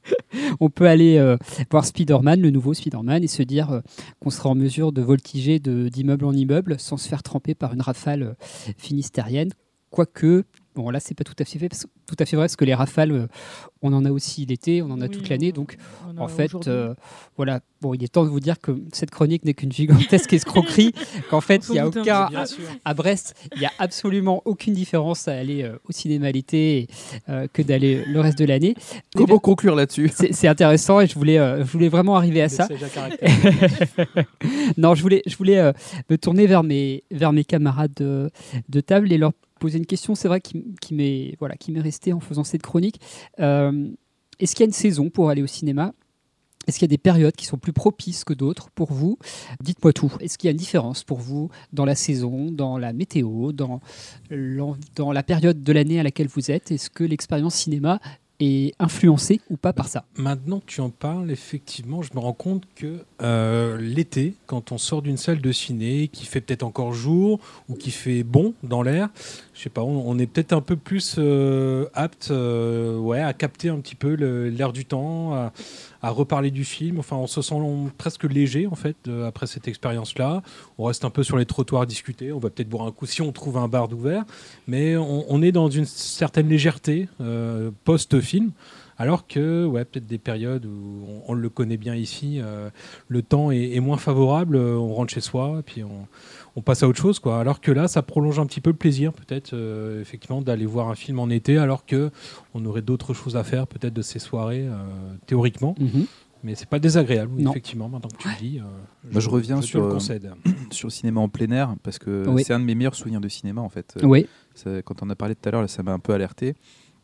On peut aller euh, voir Spider-Man, le nouveau Spider-Man, et se dire euh, qu'on sera en mesure de voltiger de, d'immeuble en immeuble sans se faire tremper par une rafale euh, finistérienne. Quoique, bon là c'est pas tout à fait, fait parce, tout à fait vrai parce que les rafales, euh, on en a aussi l'été, on en a Oui, toute l'année. on- Donc on a en fait, aujourd'hui. euh, voilà, bon, il est temps de vous dire que cette chronique n'est qu'une gigantesque escroquerie, qu'en fait On il n'y a s'en doutait un aucun... bien sûr. À Brest, il n'y a absolument aucune différence à aller euh, au cinéma l'été euh, que d'aller le reste de l'année. Comment conclure là-dessus? C'est c'est intéressant et je voulais, euh, je voulais vraiment arriver à ça. Message à caractère. Non, je voulais, je voulais euh, me tourner vers mes, vers mes camarades de, de table et leur poser une question. C'est vrai qui, qui m'est voilà, qui m'est restée en faisant cette chronique. Euh, est-ce qu'il y a une saison pour aller au cinéma? Est-ce qu'il y a des périodes qui sont plus propices que d'autres pour vous? Dites-moi tout. Est-ce qu'il y a une différence pour vous dans la saison, dans la météo, dans, l'en- dans la période de l'année à laquelle vous êtes? Est-ce que l'expérience cinéma est influencée ou pas par ça? Maintenant que tu en parles, effectivement, je me rends compte que euh, l'été, quand on sort d'une salle de ciné, qui fait peut-être encore jour ou qui fait bon dans l'air, je sais pas, on, on est peut-être un peu plus euh, apte euh, ouais, à capter un petit peu le- l'air du temps, à, à reparler du film. Enfin, on se sent presque léger en fait euh, après cette expérience-là. On reste un peu sur les trottoirs à discuter. On va peut-être boire un coup si on trouve un bar d'ouvert, mais on, on est dans une certaine légèreté euh, post-film. Alors que, ouais, peut-être des périodes où on, on le connaît bien ici, euh, le temps est, est moins favorable, euh, on rentre chez soi, et puis on, on passe à autre chose, quoi. Alors que là, ça prolonge un petit peu le plaisir, peut-être, euh, effectivement, d'aller voir un film en été, alors que on aurait d'autres choses à faire, peut-être, de ces soirées, euh, théoriquement. Mhm. Mais c'est pas désagréable, oui, Non. effectivement, maintenant que tu le dis. euh, Moi, je reviens te sur, le euh, concède. Sur le cinéma en plein air, parce que Oui. c'est un de mes meilleurs souvenirs de cinéma en fait. Euh, Oui. ça- quand on a parlé tout à l'heure, là, ça m'a un peu alerté.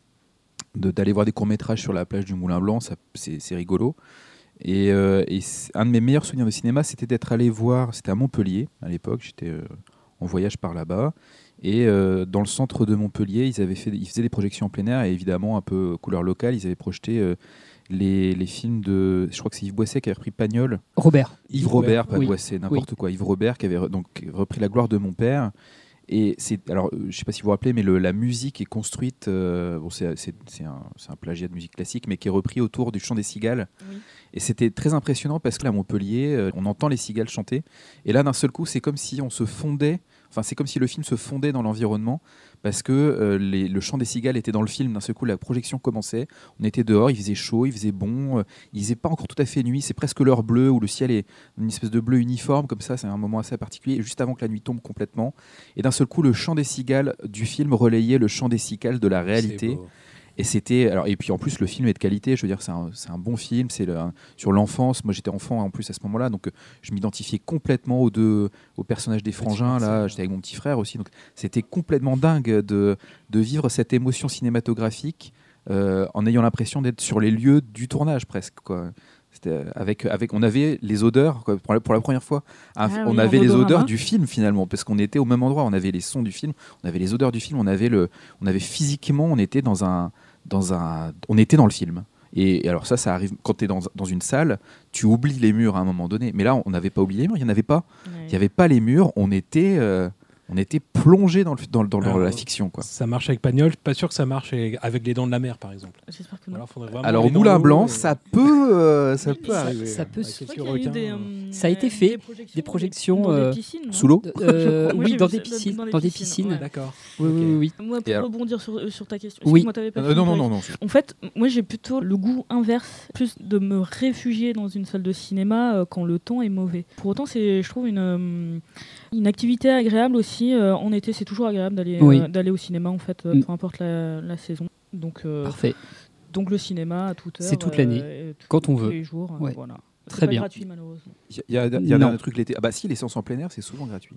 De- D'aller voir des courts-métrages sur la plage du Moulin Blanc, ça- c'est c'est rigolo. Et, euh, et c'est- un de mes meilleurs souvenirs de cinéma, c'était d'être allé voir, c'était à Montpellier à l'époque, j'étais euh, en voyage par là-bas. Et euh, dans le centre de Montpellier, ils, avaient fait, ils faisaient des projections en plein air, et évidemment, un peu couleur locale, ils avaient projeté euh, les, les films de. Je crois que c'est Yves Boisset qui avait repris Pagnol. Robert. Yves Robert, pas Oui. Boisset, n'importe quoi. Yves Robert qui avait re- donc repris La gloire de mon père. Et c'est alors, euh, je sais pas si vous vous rappelez, mais le- la musique est construite. euh, bon, c'est c'est- c'est un, c'est un plagiat de musique classique, mais qui est repris autour du chant des cigales. Oui. Et c'était très impressionnant parce que là, à Montpellier, euh, on entend les cigales chanter. Et là, d'un seul coup, c'est comme si on se fondait. Enfin, c'est comme si le film se fondait dans l'environnement parce que euh, les- le chant des cigales était dans le film. D'un seul coup, la projection commençait. On était dehors, il faisait chaud, il faisait bon. euh, il faisait pas encore tout à fait nuit. C'est presque l'heure bleue où le ciel est une espèce de bleu uniforme comme ça. C'est un moment assez particulier, juste avant que la nuit tombe complètement. Et d'un seul coup, le chant des cigales du film relayait le chant des cigales de la réalité. C'est beau. Et c'était alors et puis en plus le film est de qualité. Je veux dire, c'est un, c'est un bon film. C'est le- un- sur l'enfance. Moi, j'étais enfant en plus à ce moment-là, donc euh, je m'identifiais complètement aux deux aux personnages des frangins. Là, frère, j'étais avec mon petit frère aussi, donc c'était complètement dingue de de vivre cette émotion cinématographique euh, en ayant l'impression d'être sur les lieux du tournage presque, quoi. C'était avec, avec, on avait les odeurs quoi, pour, la, pour la première fois. Un- Ah on oui, avait en les odorama. odeurs du film finalement, parce qu'on était au même endroit. On avait les sons du film, on avait les odeurs du film, on avait le, on avait physiquement, on était dans un, dans un, on était dans le film. Et, et alors ça, ça arrive quand tu es dans, dans une salle, tu oublies les murs à un moment donné. Mais là, on n'avait pas oublié les murs, il n'y en avait pas. Ouais. Il n'y avait pas les murs, on était, euh, on était plongé dans, le, dans, dans, dans Alors, la fiction, quoi. Ça marche avec Pagnol, pas sûr que ça marche avec Les Dents de la Mer, par exemple. J'espère que non. Alors, faudrait vraiment Alors aller dans Moulin l'eau Blanc, et- ça peut, euh, ça Oui, peut ça- arriver. ça peut Avec se- quelques Je crois qu'il y a eu requins, des, euh, euh, Ça a été des fait, projections, des projections, dans euh, des piscines, non Sous l'eau. Euh, Moi, oui, j'ai dans vu des ça piscines. dans des Dans des piscines, piscines. ouais. D'accord. Oui, Ok. oui, oui, oui. Moi, Et pour alors- rebondir sur, euh, sur ta question, Oui. excuse-moi, t'avais pas Euh, fini, non, non, Paris. non, non. En fait, moi j'ai plutôt le goût inverse, plus de me réfugier dans une salle de cinéma euh, quand le temps est mauvais. Pour autant, c'est, je trouve, une, euh, une activité agréable aussi. euh, en été, c'est toujours agréable d'aller, Oui. euh, d'aller au cinéma, en fait, euh, Mm. peu importe la, la saison. Donc, euh, Parfait. donc le cinéma à toute heure. C'est toute l'année, euh, tout- quand on tous veut. les jours, euh, Ouais. voilà. C'est Très pas bien. gratuit, malheureusement. Il y a, il y a- il y a Non. un truc l'été. Ah bah si, les séances en plein air, c'est souvent gratuit.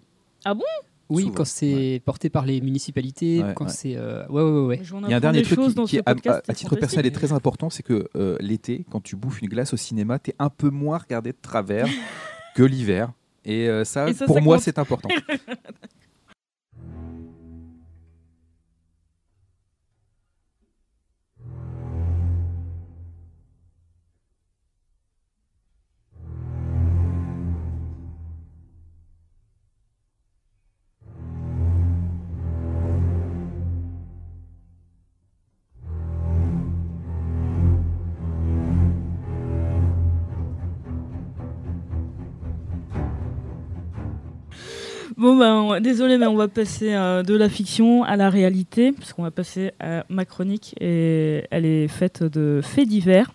Oui, Souvent, quand c'est porté par les municipalités, Ouais, quand ouais. c'est. euh, Ouais, ouais, ouais. ouais. Je vais en Il y a un apprendre dernier des truc choses qui, dans qui ce est, à, podcast, à- à c'est titre personnel, est fantastique. très important, c'est que euh, l'été, quand tu bouffes une glace au cinéma, tu es un peu moins regardé de travers que l'hiver. Et euh, ça, Et ça, pour ça moi, compte. c'est important. Bon, ben, désolé, mais on va passer euh, de la fiction à la réalité, puisqu'on va passer à ma chronique, et elle est faite de faits divers.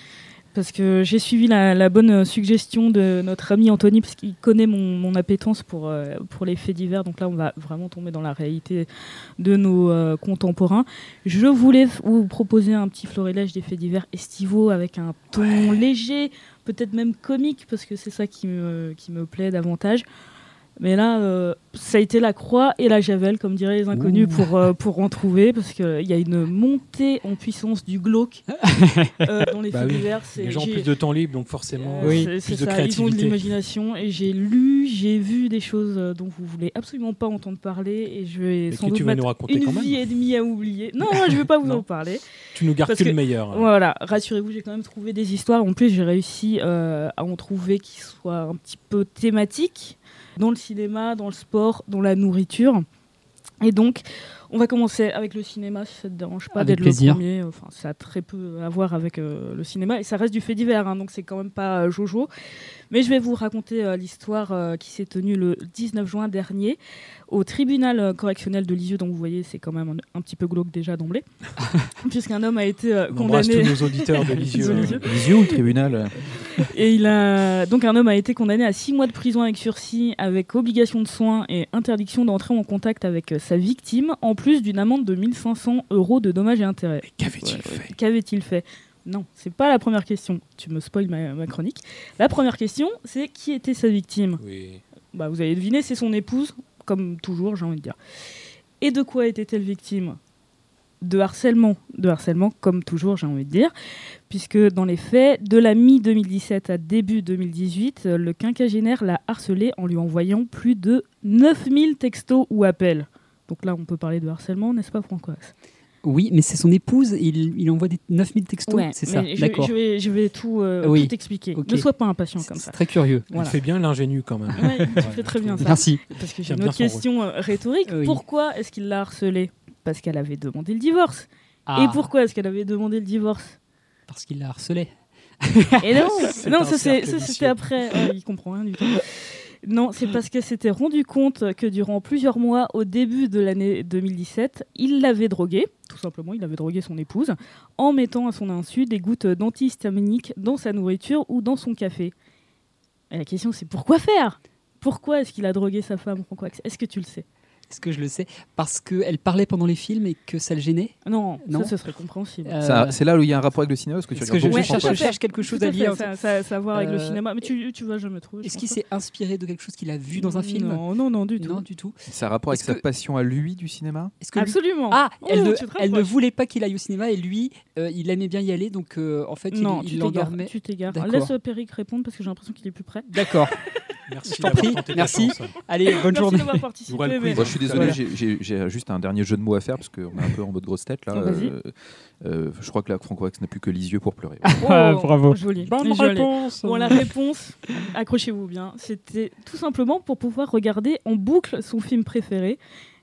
Parce que j'ai suivi la, la bonne suggestion de notre ami Anthony, parce qu'il connaît mon, mon appétence pour, euh, pour les faits divers. Donc là, on va vraiment tomber dans la réalité de nos euh, contemporains. Je voulais vous proposer un petit florilège des faits divers estivaux avec un ton léger, peut-être même comique, parce que c'est ça qui me, qui me plaît davantage. Mais là, euh, ça a été la croix et la javel, comme diraient les inconnus, pour, euh, pour en trouver, parce qu'il y a une montée en puissance du glauque euh, dans les Bah faits oui. divers. Les gens ont j'ai- plus de temps libre, donc forcément, euh, euh, c'est- c'est plus de ça, ils ont de créativité. l'imagination, et j'ai lu, j'ai vu des choses euh, dont vous voulez absolument pas entendre parler, et je vais Mais sans que doute tu vas mettre nous raconter une quand même. vie et demie à oublier. Non, je vais pas vous Non. en parler. Tu nous gardes Parce que, que- le meilleur. hein. Voilà, rassurez-vous, j'ai quand même trouvé des histoires. En plus, j'ai réussi euh, à en trouver qui soient un petit peu thématiques dans le cinéma, dans le sport, dans la nourriture. Et donc, on va commencer avec le cinéma, si ça ne te dérange pas Avec d'être plaisir. le premier. Enfin, ça a très peu à voir avec euh, le cinéma. Et ça reste du fait divers, hein, donc c'est quand même pas euh, Jojo. Mais je vais vous raconter euh, l'histoire euh, qui s'est tenue le dix-neuf juin dernier au tribunal euh, correctionnel de Lisieux. Donc vous voyez, c'est quand même un, un petit peu glauque déjà d'emblée. Puisqu'un homme a été euh, On embrasse condamné... tous nos auditeurs de Lisieux. De hein. Lisieux. Les yeux ou le tribunal? Et il a donc un homme a été condamné à six mois de prison avec sursis, avec obligation de soins et interdiction d'entrer en contact avec euh, sa victime, en plus d'une amende de mille cinq cents euros de dommages et intérêts. Mais qu'avait-il Ouais, fait Qu'avait-il fait? Non, c'est pas la première question. Tu me spoil ma, ma chronique. La première question, c'est qui était sa victime? Oui. Bah, vous avez deviné, c'est son épouse, comme toujours, j'ai envie de dire. Et de quoi était-elle victime? De harcèlement. De harcèlement, comme toujours, j'ai envie de dire. Puisque dans les faits, de la mi-deux mille dix-sept à début deux mille dix-huit, euh, le quinquagénaire l'a harcelée en lui envoyant plus de neuf mille textos ou appels. Donc là, on peut parler de harcèlement, n'est-ce pas, Francoise? Oui, mais c'est son épouse, et il, il envoie des neuf mille textos, Ouais, c'est ça, mais je, d'accord. je vais, je vais tout, euh, Oui. tout expliquer. Ok. Ne sois pas impatient C'est comme c'est ça. très curieux. Voilà. Il fait bien l'ingénu quand même. Ouais, tu fais très bien ça. Merci. Parce que j'ai J'aime une bien autre son rôle. question euh, rhétorique. Oui. Pourquoi est-ce qu'il l'a harcelée? Parce qu'elle avait demandé le divorce. Ah, Et pourquoi est-ce qu'elle avait demandé le divorce? Parce qu'il la harcelait. Et non, C'est non un ça, c'est- cercle ça, vicieux. c'était après. Euh, il comprend rien du tout. Non, c'est parce qu'elle s'était rendu compte que durant plusieurs mois, au début de l'année deux mille dix-sept, il l'avait droguée, tout simplement, il avait drogué son épouse, en mettant à son insu des gouttes d'antihistaminique dans sa nourriture ou dans son café. Et la question, c'est pourquoi faire? Pourquoi est-ce qu'il a drogué sa femme, Francois? Est-ce que tu le sais? Est-ce que je le sais? Parce qu'elle parlait pendant les films et que ça le gênait. Non, Non. ça, ce serait compréhensible. Euh, Ça- C'est là où il y a un rapport avec le cinéma, parce que tu Parce que regardes je, beaucoup je de cherche, François. je cherche quelque chose Tout à à fait, lire. ça, ça, ça a à voir avec le Euh, cinéma, mais tu, tu vas jamais trouver. je Est-ce pense qu'il pas. s'est inspiré de quelque chose qu'il a vu dans un film? Non, non, non, du tout. Non, du tout. C'est un rapport avec Est-ce sa que- passion à lui du cinéma? Est-ce que lui- Absolument. Ah, elle, Oh, ne, tu te elle ne rapproches. voulait pas qu'il aille au cinéma, et lui, euh, il aimait bien y aller, donc euh, en fait, il- Non, il tu t'égares. l'endormait. Tu t'égares. D'accord. Laisse euh, Péric répondre parce que j'ai l'impression qu'il est plus près. D'accord. Merci Je t'en d'avoir prie, tenté ta merci. chance. Allez, bonne Merci journée. d'avoir Il y participé. aura le mais- quiz. Moi, je suis désolé, Voilà. j'ai- j'ai j'ai juste un dernier jeu de mots à faire parce qu'on est un peu en mode grosse tête là. Vas-y. Euh, euh, je crois que la Franco-Wax n'a plus que les yeux pour pleurer. Oh, Ah, bravo. Joli. Bonne Joli. réponse. Bon, la réponse, accrochez-vous bien, c'était tout simplement pour pouvoir regarder en boucle son film préféré.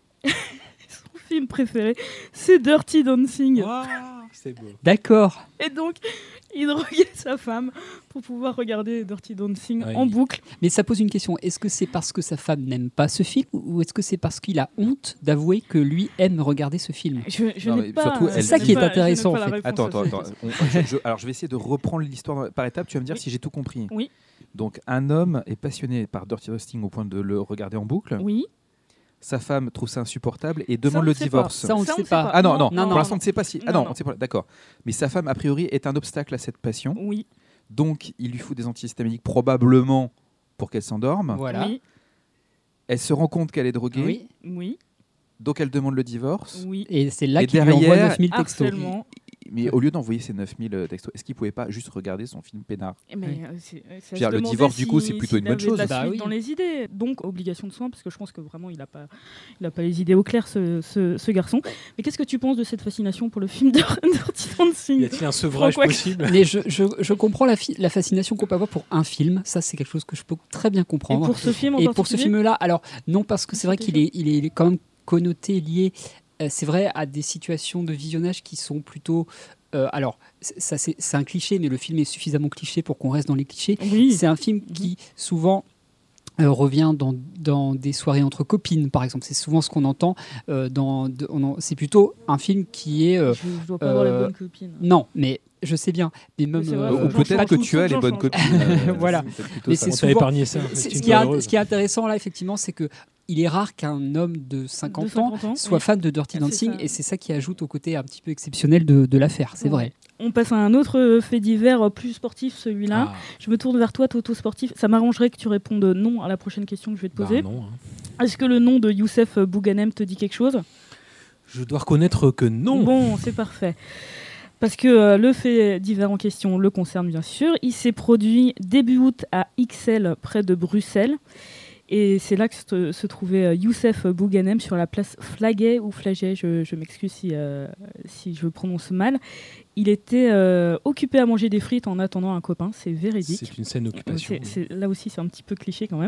Son film préféré, c'est Dirty Dancing. Waouh, c'est beau. D'accord. Et donc, il droguait sa femme pour pouvoir regarder Dirty Dancing Ouais, en il- boucle. Mais ça pose une question. Est-ce que c'est parce que sa femme n'aime pas ce film, ou est-ce que c'est parce qu'il a honte d'avouer que lui aime regarder ce film? Je, je Non, n'ai mais pas. surtout, je elle n'ai ça qui est pas- je n'ai intéressant, pas en la fait. réponse Attends, à attends, cette attends. question. On- je- je- alors, je vais essayer de reprendre l'histoire par étapes. Tu vas me dire Oui. si j'ai tout compris. Oui. Donc, un homme est passionné par Dirty Dancing au point de le regarder en boucle. Oui. Sa femme trouve ça insupportable et Ça, demande on le ne sait divorce. Ça, on ne Ça, sait sait pas. Ah non, non, Non, pour non, l'instant, on non. ne sait pas si. Ah Non, non, non. on ne sait pas. D'accord. Mais sa femme, a priori, est un obstacle à cette passion. Oui. Donc, il lui fout des antihistaminiques probablement pour qu'elle s'endorme. Voilà. Oui. Elle se rend compte qu'elle est droguée. Oui. Oui. Donc, elle demande le divorce. Oui. Et c'est là Et qu'il lui envoie derrière, neuf mille textos. Harcèlement. Mais au lieu d'envoyer ces neuf mille textos, est-ce qu'il pouvait pas juste regarder son film peinard? Mais Oui. euh, c'est- euh, c'est à veux dire, se le demander divorce, du coup, si- c'est plutôt s'il une bonne avait de chose. la Bah suite oui. dans les idées. Donc, obligation de soins, parce que je pense que vraiment, il n'a pas, il a pas les idées au clair, ce, ce, ce garçon. Mais qu'est-ce que tu penses de cette fascination pour le film de Dirty Y Dancing? a-t-il un sevrage Franck, ouais. possible? Mais je, je, je comprends la, fi- la fascination qu'on peut avoir pour un film. Ça, c'est quelque chose que je peux très bien Et comprendre. pour ce film en Et pour ce particulier film-là, alors non, parce que c'est vrai C'était qu'il est, il est quand même connoté, lié, euh, c'est vrai, à des situations de visionnage qui sont plutôt. euh, alors, c- ça c'est c'est un cliché, mais le film est suffisamment cliché pour qu'on reste dans les clichés. Oui. C'est un film qui souvent Euh, revient dans, dans des soirées entre copines, par exemple. C'est souvent ce qu'on entend. Euh, dans, de, on, c'est plutôt un film qui est... Euh, je ne dois pas avoir les bonnes copines. Non, mais je sais bien. Mais même, vrai, euh, ou peut-être que tu as les bonnes copines. Voilà. Mais c'est souvent... épargné ça. C'est, ce, qui est, ce qui est intéressant là, effectivement, c'est que il est rare qu'un homme de cinquante, de cinquante ans, ans soit oui. fan de Dirty Dancing, c'est et c'est ça qui ajoute au côté un petit peu exceptionnel de, de l'affaire, c'est ouais. vrai. On passe à un autre fait divers plus sportif, celui-là. Ah. Je me tourne vers toi, Toto Sportif. Ça m'arrangerait que tu répondes non à la prochaine question que je vais te poser. Bah non, hein. Est-ce que le nom de Youssef Bouganem te dit quelque chose ? Je dois reconnaître que non. Bon, c'est parfait. Parce que euh, le fait divers en question le concerne bien sûr. Il s'est produit début août à Ixelles, près de Bruxelles. Et c'est là que se, se trouvait euh, Youssef Bouganem sur la place Flaguet ou Flaget, je, je m'excuse si, euh, si je prononce mal. Il était euh, occupé à manger des frites en attendant un copain, c'est véridique. C'est une scène d'occupation. C'est, c'est, là aussi, c'est un petit peu cliché quand même.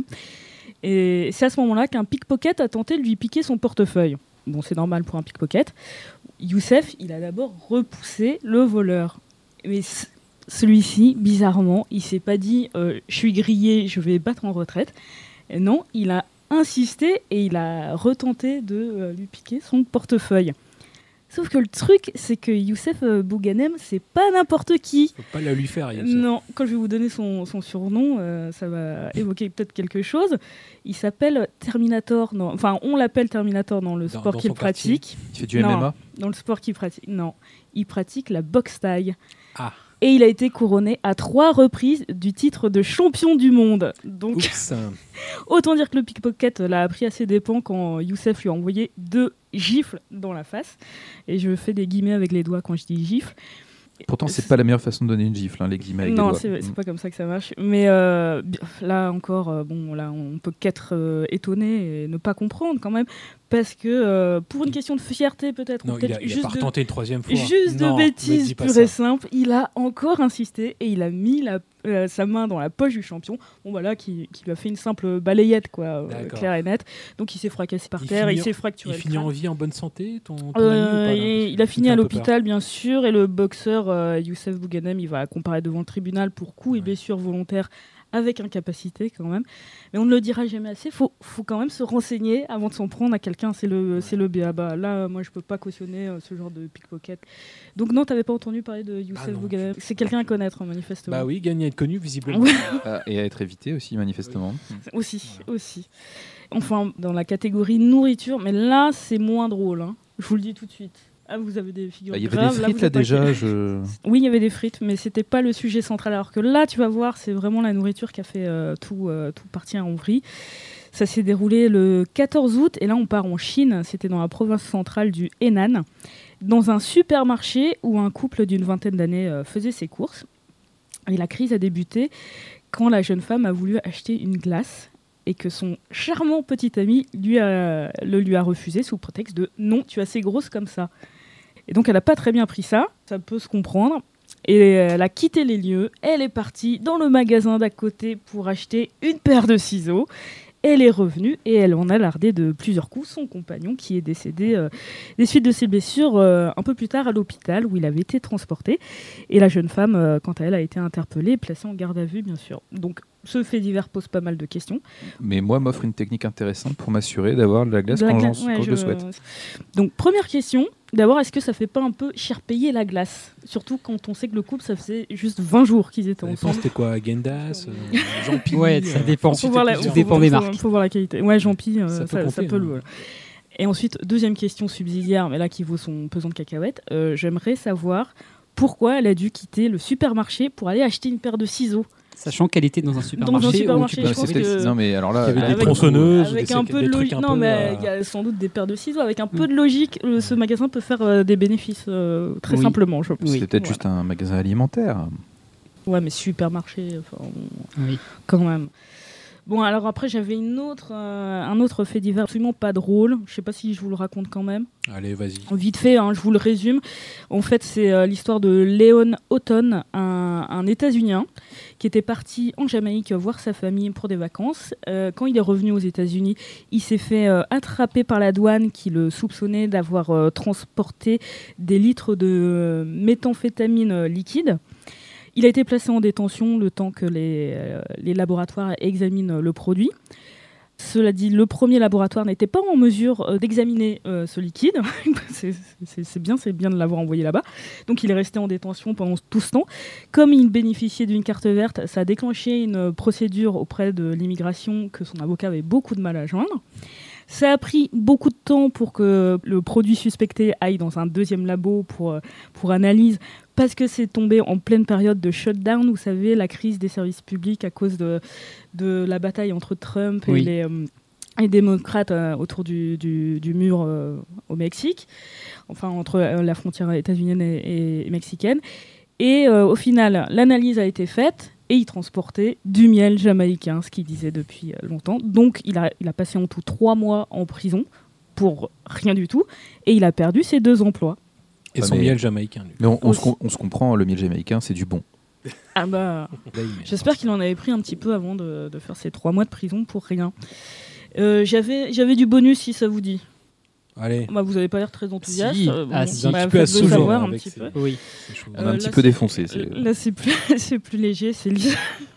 Et c'est à ce moment-là qu'un pickpocket a tenté de lui piquer son portefeuille. Bon, c'est normal pour un pickpocket. Youssef, il a d'abord repoussé le voleur. Mais c- celui-ci, bizarrement, il s'est pas dit euh, « je suis grillé, je vais battre en retraite ». Non, il a insisté et il a retenté de euh, lui piquer son portefeuille. Sauf que le truc, c'est que Youssef euh, Bouganem, c'est pas n'importe qui. Faut pas la lui faire, Youssef. Non, quand je vais vous donner son, son surnom, euh, ça va évoquer peut-être quelque chose. Il s'appelle Terminator. Non, enfin, on l'appelle Terminator dans le dans, sport dans qu'il pratique. Il fait du non, M M A. Dans le sport qu'il pratique, non. Il pratique la boxe thaï. Ah. Et il a été couronné à trois reprises du titre de champion du monde. Donc, autant dire que le pickpocket l'a appris à ses dépens quand Youssef lui a envoyé deux gifles dans la face. Et je fais des guillemets avec les doigts quand je dis gifle. Pourtant, c'est, c'est pas la meilleure façon de donner une gifle, hein, les guillemets avec non, les doigts. c'est, c'est pas comme ça que ça marche. Mais euh, là encore, euh, bon, là, on peut qu'être euh, étonné et ne pas comprendre quand même. Parce que euh, pour une question de fierté, peut-être. Non, ou peut-être il a, il juste a pas de, retenté une troisième fois. Juste non, de bêtises pure et ça. simple, il a encore insisté et il a mis la, euh, sa main dans la poche du champion. Bon, voilà, qui, qui lui a fait une simple balayette, quoi, euh, claire et nette. Donc il s'est fracassé par il terre, finit, il s'est fracturé. Il finit en vie, en bonne santé, ton, ton euh, ami, ou pas, et il a fini à l'hôpital, bien sûr, et le boxeur euh, Youssef Bouganem, il va comparaître devant le tribunal pour coups ouais. et blessures volontaires avec incapacité quand même. Mais on ne le dira jamais assez, il faut, faut quand même se renseigner avant de s'en prendre à quelqu'un, c'est le, ouais. c'est le B A B A. Là, moi, je ne peux pas cautionner euh, ce genre de pickpocket. Donc non, tu n'avais pas entendu parler de Youssef ah Bouganem. C'est quelqu'un à connaître, manifestement. Bah oui, gagner à être connu, visiblement. ah, et à être évité aussi, manifestement. Oui. Aussi, voilà. aussi. Enfin, dans la catégorie nourriture, mais là, c'est moins drôle. Hein. Je vous le dis tout de suite. Ah, vous avez des figures bah, il y avait graves, des frites là, là déjà. Je... Oui, il y avait des frites, mais c'était pas le sujet central. Alors que là, tu vas voir, c'est vraiment la nourriture qui a fait euh, tout, euh, tout partir en vrille. Ça s'est déroulé le quatorze août, et là, on part en Chine. C'était dans la province centrale du Henan, dans un supermarché où un couple d'une vingtaine d'années euh, faisait ses courses. Et la crise a débuté quand la jeune femme a voulu acheter une glace et que son charmant petit ami lui a, le lui a refusé sous prétexte de « non, tu es assez grosse comme ça ». Et donc, elle n'a pas très bien pris ça, ça peut se comprendre. Et elle a quitté les lieux, elle est partie dans le magasin d'à côté pour acheter une paire de ciseaux. Elle est revenue et elle en a lardé de plusieurs coups son compagnon qui est décédé euh, des suites de ses blessures euh, un peu plus tard à l'hôpital où il avait été transporté. Et la jeune femme, euh, quant à elle, a été interpellée et placée en garde à vue, bien sûr. Donc, ce fait divers pose pas mal de questions. Mais moi, m'offre une technique intéressante pour m'assurer d'avoir de la glace de la quand, gla- ouais, quand je... je le souhaite. Donc, première question. D'abord, est-ce que ça fait pas un peu cher payer la glace ? Surtout quand on sait que le couple, ça faisait juste vingt jours qu'ils étaient ensemble. C'était quoi, Gendas, euh, Jean-Pi Ouais, ça dépend. Il faut voir la, ça dépend des marques. Il faut voir la qualité. Ouais, Jean-Pi, euh, ça, ça peut, compter, ça peut hein. le. Voilà. Et ensuite, deuxième question subsidiaire, mais là qui vaut son pesant de cacahuètes. Euh, j'aimerais savoir pourquoi elle a dû quitter le supermarché pour aller acheter une paire de ciseaux. Sachant qu'elle était dans un supermarché. Dans un supermarché, où je pense que... Non, mais alors là, il y avait avec, des tronçonneuses, avec des, un des, peu des de trucs logique. un Non, peu, mais euh... il y a sans doute des paires de ciseaux. Avec un peu mm. de logique, euh, ce magasin peut faire euh, des bénéfices euh, très oui. simplement, je pense. C'était peut-être voilà. juste un magasin alimentaire. Ouais, mais supermarché, enfin, oui. quand même. Bon, alors après, j'avais une autre, euh, un autre fait divers absolument pas drôle. Je sais pas si je vous le raconte quand même. Allez, vas-y. Vite fait, hein, je vous le résume. En fait, c'est euh, l'histoire de Léon Houghton, un, un États-Unien qui était parti en Jamaïque voir sa famille pour des vacances. Euh, quand il est revenu aux États-Unis, il s'est fait euh, attraper par la douane qui le soupçonnait d'avoir euh, transporté des litres de euh, méthamphétamine euh, liquide. Il a été placé en détention le temps que les, euh, les laboratoires examinent le produit. Cela dit, le premier laboratoire n'était pas en mesure euh, d'examiner euh, ce liquide. c'est, c'est, c'est bien, c'est bien de l'avoir envoyé là-bas. Donc il est resté en détention pendant tout ce temps. Comme il bénéficiait d'une carte verte, ça a déclenché une procédure auprès de l'immigration que son avocat avait beaucoup de mal à joindre. Ça a pris beaucoup de temps pour que le produit suspecté aille dans un deuxième labo pour, pour analyse, parce que c'est tombé en pleine période de shutdown, vous savez, la crise des services publics à cause de, de la bataille entre Trump et oui. les, euh, les démocrates euh, autour du, du, du mur euh, au Mexique, enfin entre euh, la frontière états-unienne et, et, et mexicaine. Et euh, au final, l'analyse a été faite et il transportait du miel jamaïcain, ce qu'il disait depuis longtemps. Donc il a, il a passé en tout trois mois en prison pour rien du tout et il a perdu ses deux emplois. Et Ah, son mais- miel jamaïcain. lui. Mais on, on se, Aussi. com- on se comprend, le miel jamaïcain, c'est du bon. Ah bah, Là, il met- j'espère qu'il en avait pris un petit peu avant de, de faire ses trois mois de prison pour rien. Euh, j'avais, j'avais du bonus si ça vous dit. Allez, Bah, vous n'avez pas l'air très enthousiaste. Si. Euh, Ah, bon, si. un bah, petit peu à faites-le ce genre savoir un avec petit ces- peu. Oui. ces choses. On a un Euh, petit là, peu c'est- défoncé. c'est- Là, c'est plus, c'est plus léger. C'est li-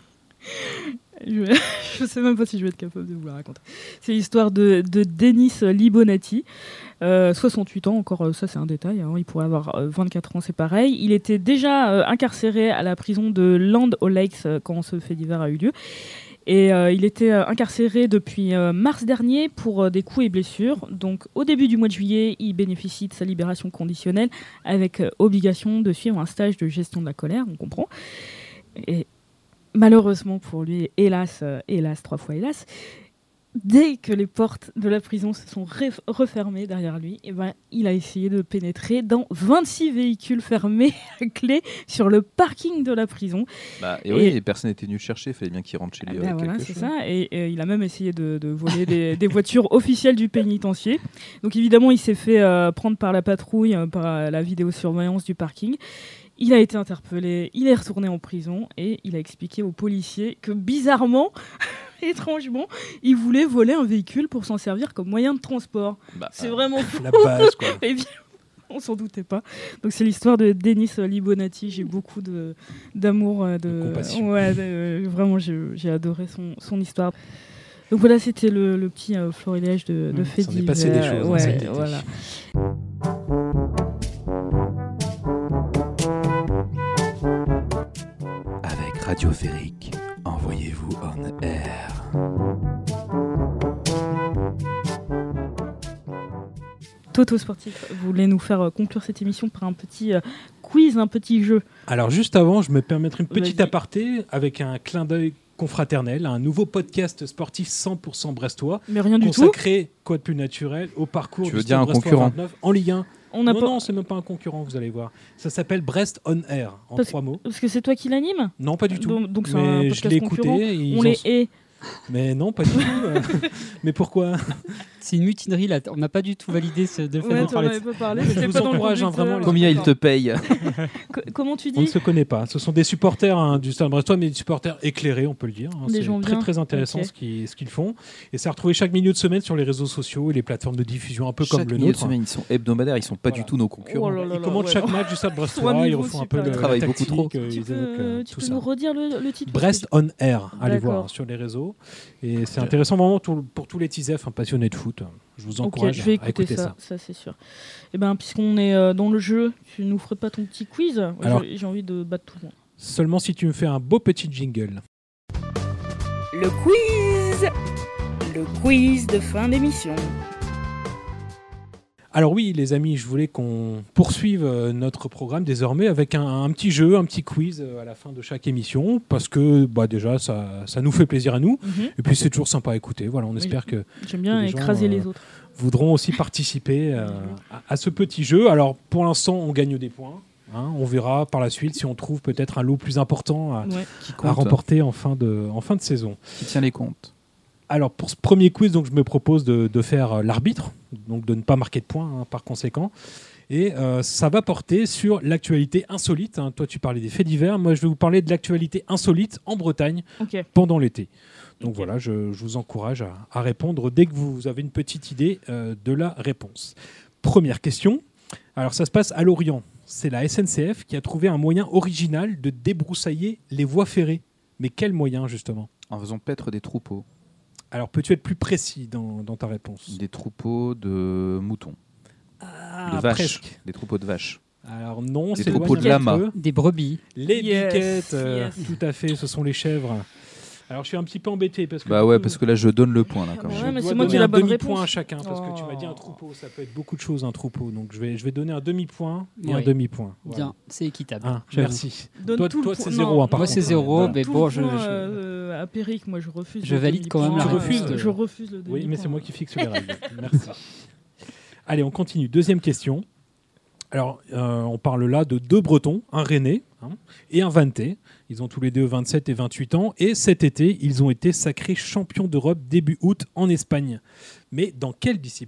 je, je sais même pas si je vais être capable de vous la raconter. C'est l'histoire de, de Denis Libonati, euh, soixante-huit ans, encore euh, ça c'est un détail, hein, il pourrait avoir euh, vingt-quatre ans, c'est pareil. Il était déjà euh, incarcéré à la prison de Land O'Lakes euh, quand ce fait divers a eu lieu. Et euh, il était euh, incarcéré depuis euh, mars dernier pour euh, des coups et blessures. Donc au début du mois de juillet, il bénéficie de sa libération conditionnelle avec euh, obligation de suivre un stage de gestion de la colère, on comprend. Et malheureusement pour lui, hélas, euh, hélas, trois fois hélas, dès que les portes de la prison se sont ref- refermées derrière lui, eh ben, il a essayé de pénétrer dans vingt-six véhicules fermés à clé sur le parking de la prison. Bah, et, Et- oui, et personne n'était venu le chercher, il fallait bien qu'il rentre chez Ah lui ben avec voilà, quelque c'est chose. ça. Et, et il a même essayé de, de voler des, des voitures officielles du pénitencier. Donc évidemment, il s'est fait euh, prendre par la patrouille, euh, par euh, la vidéosurveillance du parking. Il a été interpellé, il est retourné en prison et il a expliqué aux policiers que bizarrement, étrangement, il voulait voler un véhicule pour s'en servir comme moyen de transport. Bah, C'est vraiment fou. La base, quoi. Et bien, on s'en doutait pas. Donc c'est l'histoire de Denis Libonati. J'ai beaucoup de d'amour, euh, de, De compassion. Ouais, de- euh, vraiment, j'ai j'ai adoré son, son histoire. Donc voilà, c'était le, le petit euh, florilège de, de Mmh, faits s'en est divers. passé des choses, hein, Ouais, cet été. voilà. Avec Radioférique, envoyez-vous on air. Toto Sportif voulait nous faire euh, conclure cette émission par un petit euh, quiz, un petit jeu. Alors juste avant, je me permettrai une petite Vas-y. aparté avec un clin d'œil confraternel, un nouveau podcast sportif cent pour cent brestois, Mais rien du tout. consacré, quoi de plus naturel, au parcours Tu du veux Stade dire un Brestois concurrent vingt-neuf en Ligue un. On n'a Non, pas... non, c'est même pas un concurrent, vous allez voir. Ça s'appelle Brest On Air, en Parce- trois mots. Parce que c'est toi qui l'anime. Non, pas du tout. Donc- donc c'est un Mais je podcast l'ai concurrent. écouté. et ils On en les sont- hait. Mais non, pas du tout. euh. Mais pourquoi C'est une mutinerie là. On n'a pas du tout validé ce, de le faire Ouais, en t'en parler. avais pas parlé. Je c'était vous pas dans le encourage, hein, conducteur. vraiment, les- Combien il te paye? Co- Comment tu On ne dis se connaît pas. Ce sont des supporters hein, du Stade Brestois, mais des supporters éclairés, on peut le dire. hein. Des C'est gens très bien. très intéressant Ok. ce qu'ils ce qu'ils font. Et c'est retrouvé chaque milieu de semaine sur les réseaux sociaux et les plateformes de diffusion, un peu Chaque comme le milieu de nôtre. semaine, ils sont hebdomadaires, ils sont pas Voilà. du tout nos concurrents. Oh là là Ils là, commentent ouais, chaque non. match du Stade Soit Brestois, ils niveau refont un peu supérieur. le Ils travaillent la beaucoup trop. tactique, euh, Tu ils peux, évoquent, euh, tu tout peux ça. nous redire le, le titre Brest On Air, allez D'accord. voir hein, sur les réseaux. Et c'est intéressant vraiment tout- pour tous les T-F un passionnés de foot. Je vous Ok, encourage je vais à écouter, écouter ça, ça. ça, c'est sûr. Et ben, puisqu'on est euh, dans le jeu, tu nous ferais pas ton petit quiz Moi, Alors- j'ai- J'ai envie de battre tout le monde. Seulement si tu me fais un beau petit jingle. Le quiz Le quiz de fin d'émission. Alors oui, les amis, je voulais qu'on poursuive euh, notre programme désormais avec un, un petit jeu, un petit quiz euh, à la fin de chaque émission, parce que bah, déjà, ça, ça nous fait plaisir à nous, Mhm. et puis c'est toujours sympa à écouter. Voilà, on espère que J'aime bien les gens, écraser euh, les autres. voudront aussi participer euh, à, à ce petit jeu. Alors pour l'instant, on gagne des points. hein. On verra par la suite si on trouve peut-être un lot plus important à, Ouais. Qui à compte, remporter en fin de, en fin de saison. qui tient les comptes. Alors pour ce premier quiz, donc, je me propose de, de faire euh, l'arbitre, donc de ne pas marquer de points hein, par conséquent. Et euh, ça va porter sur l'actualité insolite. hein. Toi, tu parlais des faits divers. Moi, je vais vous parler de l'actualité insolite en Bretagne Ok. pendant l'été. Donc Ok. voilà, je, je vous encourage à, à répondre dès que vous avez une petite idée euh, de la réponse. Première question. Alors ça se passe à Lorient. c'est la S N C F qui a trouvé un moyen original de débroussailler les voies ferrées. Mais quel moyen, justement ? En faisant paître des troupeaux. Alors, peux-tu être plus précis dans, dans ta réponse ? Des troupeaux de moutons. Ah, de vaches. presque. Des troupeaux de vaches. Alors non, Des c'est troupeaux de loin lamas. peu. Des brebis. Les Yes, biquettes, euh, yes. tout à fait, ce sont les chèvres. Alors je suis un petit peu embêté parce que Bah ouais, parce que là, je donne le point. Là, quand bah même. ouais, mais je dois c'est moi qui ai donner la un bonne demi-point réponse. à chacun parce que tu m'as dit un Oh. troupeau, ça peut être beaucoup de choses un troupeau. Donc je vais, je vais donner un demi-point et un Oui. demi-point. Voilà. Bien, c'est équitable. Un, j'avoue. merci. Donne Toi- tout le toi, point- c'est non, zéro, hein, par Moi, contre. c'est zéro, Voilà. mais tout bon, le je, point, je- euh, à Péric, moi je refuse. Je le valide quand même demi-point. la Tu refuses Euh, Je refuse le demi-point. Oui, mais c'est moi qui fixe les règles. Merci. Allez, on continue. Deuxième question. Alors, euh, on parle là de deux Bretons, un Rennais hein, et un Vantais. Ils ont tous les deux vingt-sept et vingt-huit ans. Et cet été, ils ont été sacrés champions d'Europe début août en Espagne. Mais dans quelle discipline ?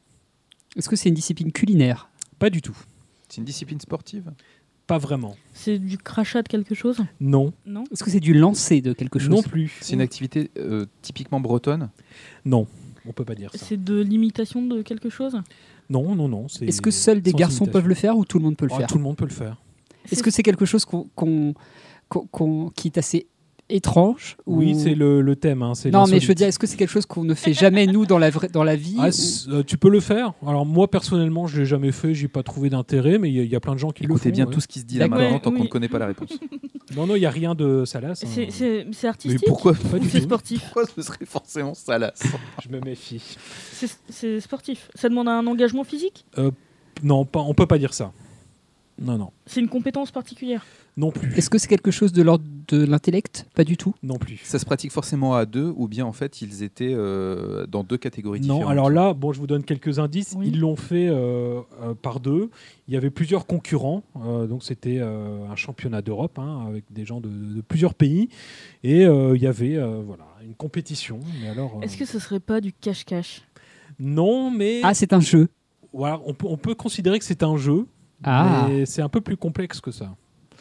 Est-ce que c'est une discipline culinaire ? Pas du tout. C'est une discipline sportive. Pas vraiment. C'est du crachat de quelque chose ? Non. Non. Est-ce que c'est du lancer de quelque chose ? Non plus. C'est une activité euh, typiquement bretonne. Non. On peut pas dire ça. C'est de l'imitation de quelque chose ? Non, non, non. c'est Est-ce que seuls des sans garçons imitation. peuvent le faire ou tout le monde peut le Ah, faire ? Tout le monde peut le faire. Est-ce que c'est quelque chose qu'on, qu'on, qu'on- qu'on- qui est assez étrange ou... Oui, c'est le, le thème. hein, c'est Non, mais je veux l'insolite. dire, est-ce que c'est quelque chose qu'on ne fait jamais, nous, dans la, vraie- dans la vie Ah, ou- c- euh, tu peux le faire. Alors moi personnellement, je l'ai jamais fait, j'ai pas trouvé d'intérêt, mais il y, a- il y a plein de gens qui Écoutez le font. bien ouais. tout ce qui se dit là D'accord. maintenant Ouais, tant qu'on oui. ne connaît pas la réponse. Non, non, il y a rien de salace. hein. C'est- C'est c'est Mais artistique pourquoi Pas ou du c'est tout. sportif ? Pourquoi ce serait forcément salace? Je me méfie. C'est c'est sportif. Ça demande un engagement physique ? Non, pas, on peut pas dire ça. Non, non, C'est une compétence particulière. non plus, Est-ce que c'est quelque chose de l'ordre de l'intellect ? Pas du tout. non plus. Ça se pratique forcément à deux ou bien en fait ils étaient euh, dans deux catégories différentes. Non, alors là, bon, je vous donne quelques indices. Oui. Ils l'ont fait euh, euh, par deux. Il y avait plusieurs concurrents, euh, donc c'était euh, un championnat d'Europe hein, avec des gens de, de plusieurs pays, et euh, il y avait euh, voilà une compétition. Mais alors, euh, Est-ce que ce serait pas du cache-cache ? non, mais Ah, c'est un jeu. voilà, on peut, on peut considérer que c'est un jeu, Ah. mais c'est un peu plus complexe que ça.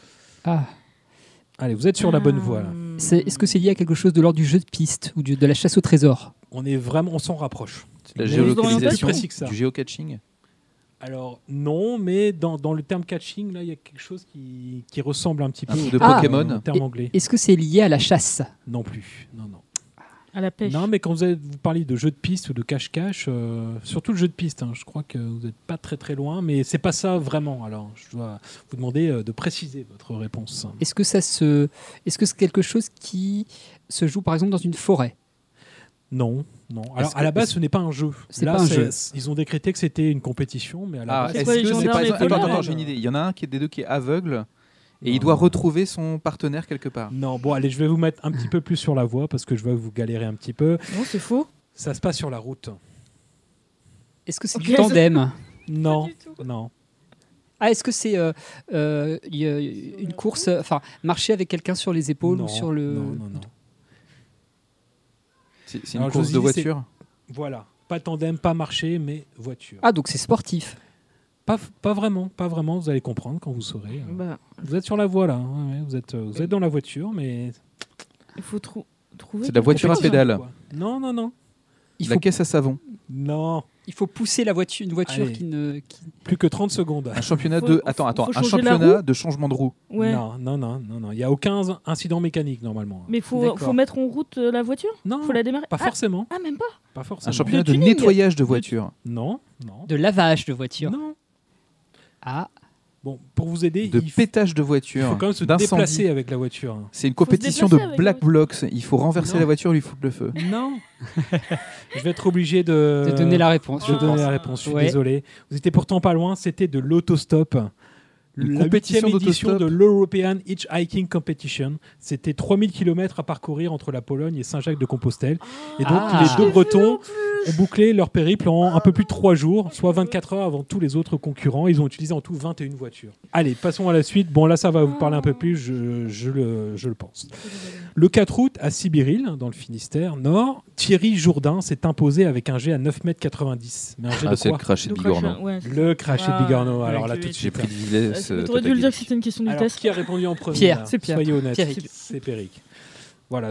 Ah. Allez, vous êtes sur la bonne voie. là. Euh, C'est- Est-ce que c'est lié à quelque chose de l'ordre du jeu de piste ou du- de la chasse au trésor ? On est vraiment, on s'en rapproche. C'est la Mais géolocalisation, plus précis que ça. du géocaching. Alors non, mais dans, dans le terme catching, là, il y a quelque chose qui, qui ressemble un petit peu Un au truc de terme- Pokémon. au terme anglais. Est-ce que c'est lié à la chasse ? Non plus. Non, non. À la pêche. Non, mais quand vous, êtes, vous parlez de jeu de piste ou de cache-cache, euh, surtout le jeu de piste, hein, je crois que vous n'êtes pas très très loin, mais c'est pas ça vraiment. Alors, je dois vous demander euh, de préciser votre réponse. Est-ce que ça se, est-ce que c'est quelque chose qui se joue par exemple dans une forêt ? Non, non. Alors, Est-ce à la que- base, ce n'est pas un jeu. C'est Là, pas un c'est- jeu. Ils ont décrété que c'était une compétition, mais à la Ah, base, est-ce quoi, les que c'est gendarmes par et exemple... Attends, policiers attends, j'ai une idée. Il y en a un qui est des deux qui est aveugle et Non. il doit retrouver son partenaire quelque part. Non, bon, allez, je vais vous mettre un petit peu plus sur la voie parce que je vois que vous galérez un petit peu. Non, c'est faux. Ça se passe sur la route. Est-ce que c'est Ok, du tandem ? Non, du tout. non. Ah, est-ce que c'est euh, euh, y a une course, euh, enfin marcher avec quelqu'un sur les épaules non, ou sur le. Non, non, non. C'est c'est une Alors, je course vous de dis, c'est- voiture. Voilà. Pas tandem, pas marché, mais voiture. Ah, donc c'est sportif. Pas, pas vraiment, pas vraiment. Vous allez comprendre quand vous saurez. euh. Bah, Vous êtes sur la voie là. Ouais, ouais, vous êtes, euh, vous êtes dans la voiture, mais il faut trou- trouver. C'est de la voiture à quelque chose. pédale. Quoi. Non, non, non, Il La faut, caisse à savon. non. il faut pousser la voiture, une voiture Allez. qui ne. qui- Plus que trente secondes. Un championnat Faut- de. faut- Attends, attends. faut Un changer la championnat roue de changement de roue. Ouais. Non, non, non, non, non. Il y a aucun incident mécanique normalement. Mais faut, D'accord. faut mettre en route euh, la voiture. non, Faut la démarrer. pas ah, forcément. ah, même pas. Pas forcément. Un championnat De de tuning. nettoyage de voiture. Non, non, De lavage de voiture. non. Ah, Bon, pour vous aider, De il, f- pétage de il voiture. faut quand même se d'incendie. déplacer avec la voiture. C'est une se compétition de déplacer avec la black voiture. blocks. Il faut renverser Non. la voiture et lui foutre le feu. Non. Je vais être obligé de, de donner la réponse. Je vais je donner pense. la réponse, je suis Ouais. désolé. Vous étiez pourtant pas loin, c'était de l'autostop. Une La compétition huitième édition de d'autostop. l'European Hitchhiking Competition. C'était trois mille kilomètres à parcourir entre la Pologne et Saint-Jacques-de-Compostelle. Et donc, Ah. les deux Bretons ont bouclé leur périple en un peu plus de trois jours, soit vingt-quatre heures avant tous les autres concurrents. Ils ont utilisé en tout vingt et une voitures. Allez, passons à la suite. Bon, là, ça va vous parler un peu plus, je, je le, je le pense. Le quatre août, à Sibiril, dans le Finistère Nord, Thierry Jourdain s'est imposé avec un jet à neuf mètres quatre-vingt-dix. Mais un jet Ah, de c'est le quoi crash de Donc, Bigorneau. machin, ouais, c'est Le crash Ah, de Bigorneau. ouais, Alors là, ok, tout de oui. J'ai suite. pris du lait. ça. T'aurais dû le dire que c'était une question de Alors, vitesse. qui a répondu en premier Pierre, là c'est Pierre. Soyez honnête. Pierrick. C'est Pierrick. Voilà, donc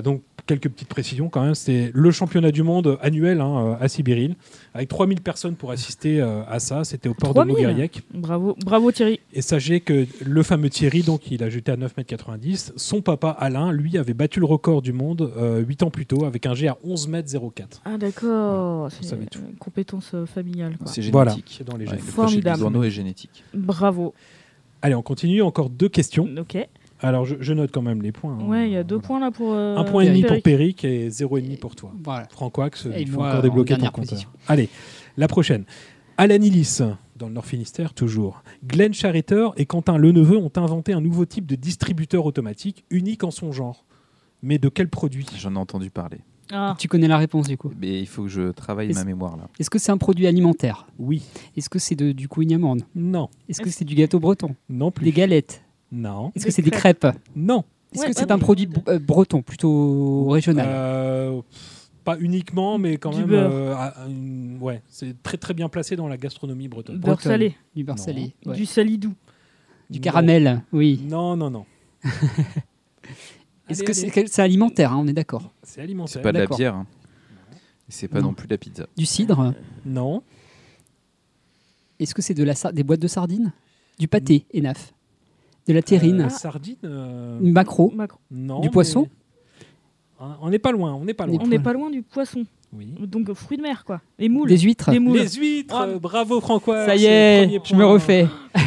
quelques petites précisions quand même. C'est le championnat du monde annuel hein, à Sibiril, avec trois mille personnes pour assister euh, à ça. C'était au port de trois mille. Mogueriec. Bravo, bravo Thierry. Et sachez que le fameux Thierry, donc il a jeté à neuf mètres quatre-vingt-dix. Son papa Alain, lui, avait battu le record du monde euh, huit ans plus tôt avec un jet à onze mètres zéro quatre. Ah d'accord, Vous c'est savez tout. une compétence euh, familiale. Quoi. C'est Voilà, génétique. c'est dans les Ouais, gènes. le crochet Formidable. du Bourneau est génétique. Bravo. Allez, on continue. Encore deux questions. Ok. Alors, je, je note quand même les points. hein. Ouais, il y a deux Voilà. points là pour. euh, Un point et demi pour Péric. Péric et zéro et demi pour toi. Voilà. Francoax, Et il faut moi, encore en débloquer ton dernière compteur. position. Allez, la prochaine. Alan Illis, dans le Nord Finistère, toujours. Glenn Charreter et Quentin Leneveu ont inventé un nouveau type de distributeur automatique unique en son genre. Mais de quel produit? J'en ai entendu parler. Ah. Tu connais la réponse du coup. Mais il faut que je travaille Est-ce- ma mémoire là. Est-ce que c'est un produit alimentaire? Oui. Est-ce que c'est de, du couigne amande? Non. Est-ce que Est-ce- c'est du gâteau breton? Non plus. Des galettes? Non. Est-ce Des que c'est des crêpes. crêpes? Non. Est-ce Ouais, que c'est ouais, un ouais. produit b- euh, breton, plutôt régional? Euh, pff, pas uniquement, mais quand Du même. beurre. euh, à- à une- ouais, c'est très très bien placé dans la gastronomie bretonne. Beurre Bretonne. salé. Du beurre Non. salé. ouais. Du salidou. Du Non. caramel, oui. Non, non, non. Est-ce Allez, que allez. c'est c'est alimentaire, hein, on est d'accord? C'est alimentaire. C'est pas de la d'accord. bière. hein. Et c'est pas Non. non plus de la pizza. Du cidre? Non. Est-ce que c'est de la sa- des boîtes de sardines? Du pâté, Enaf? De la terrine? Euh, sardine euh, Une maquereau? Macron. Non. Du mais- poisson Hein, On n'est pas loin, on n'est pas loin. On n'est pas loin du poisson. Oui. Donc euh, fruits de mer quoi. Les moules. Des huîtres? Des moules. Les huîtres, Oh. euh, bravo Francois. Ça y c'est le est, premier je me point. refais.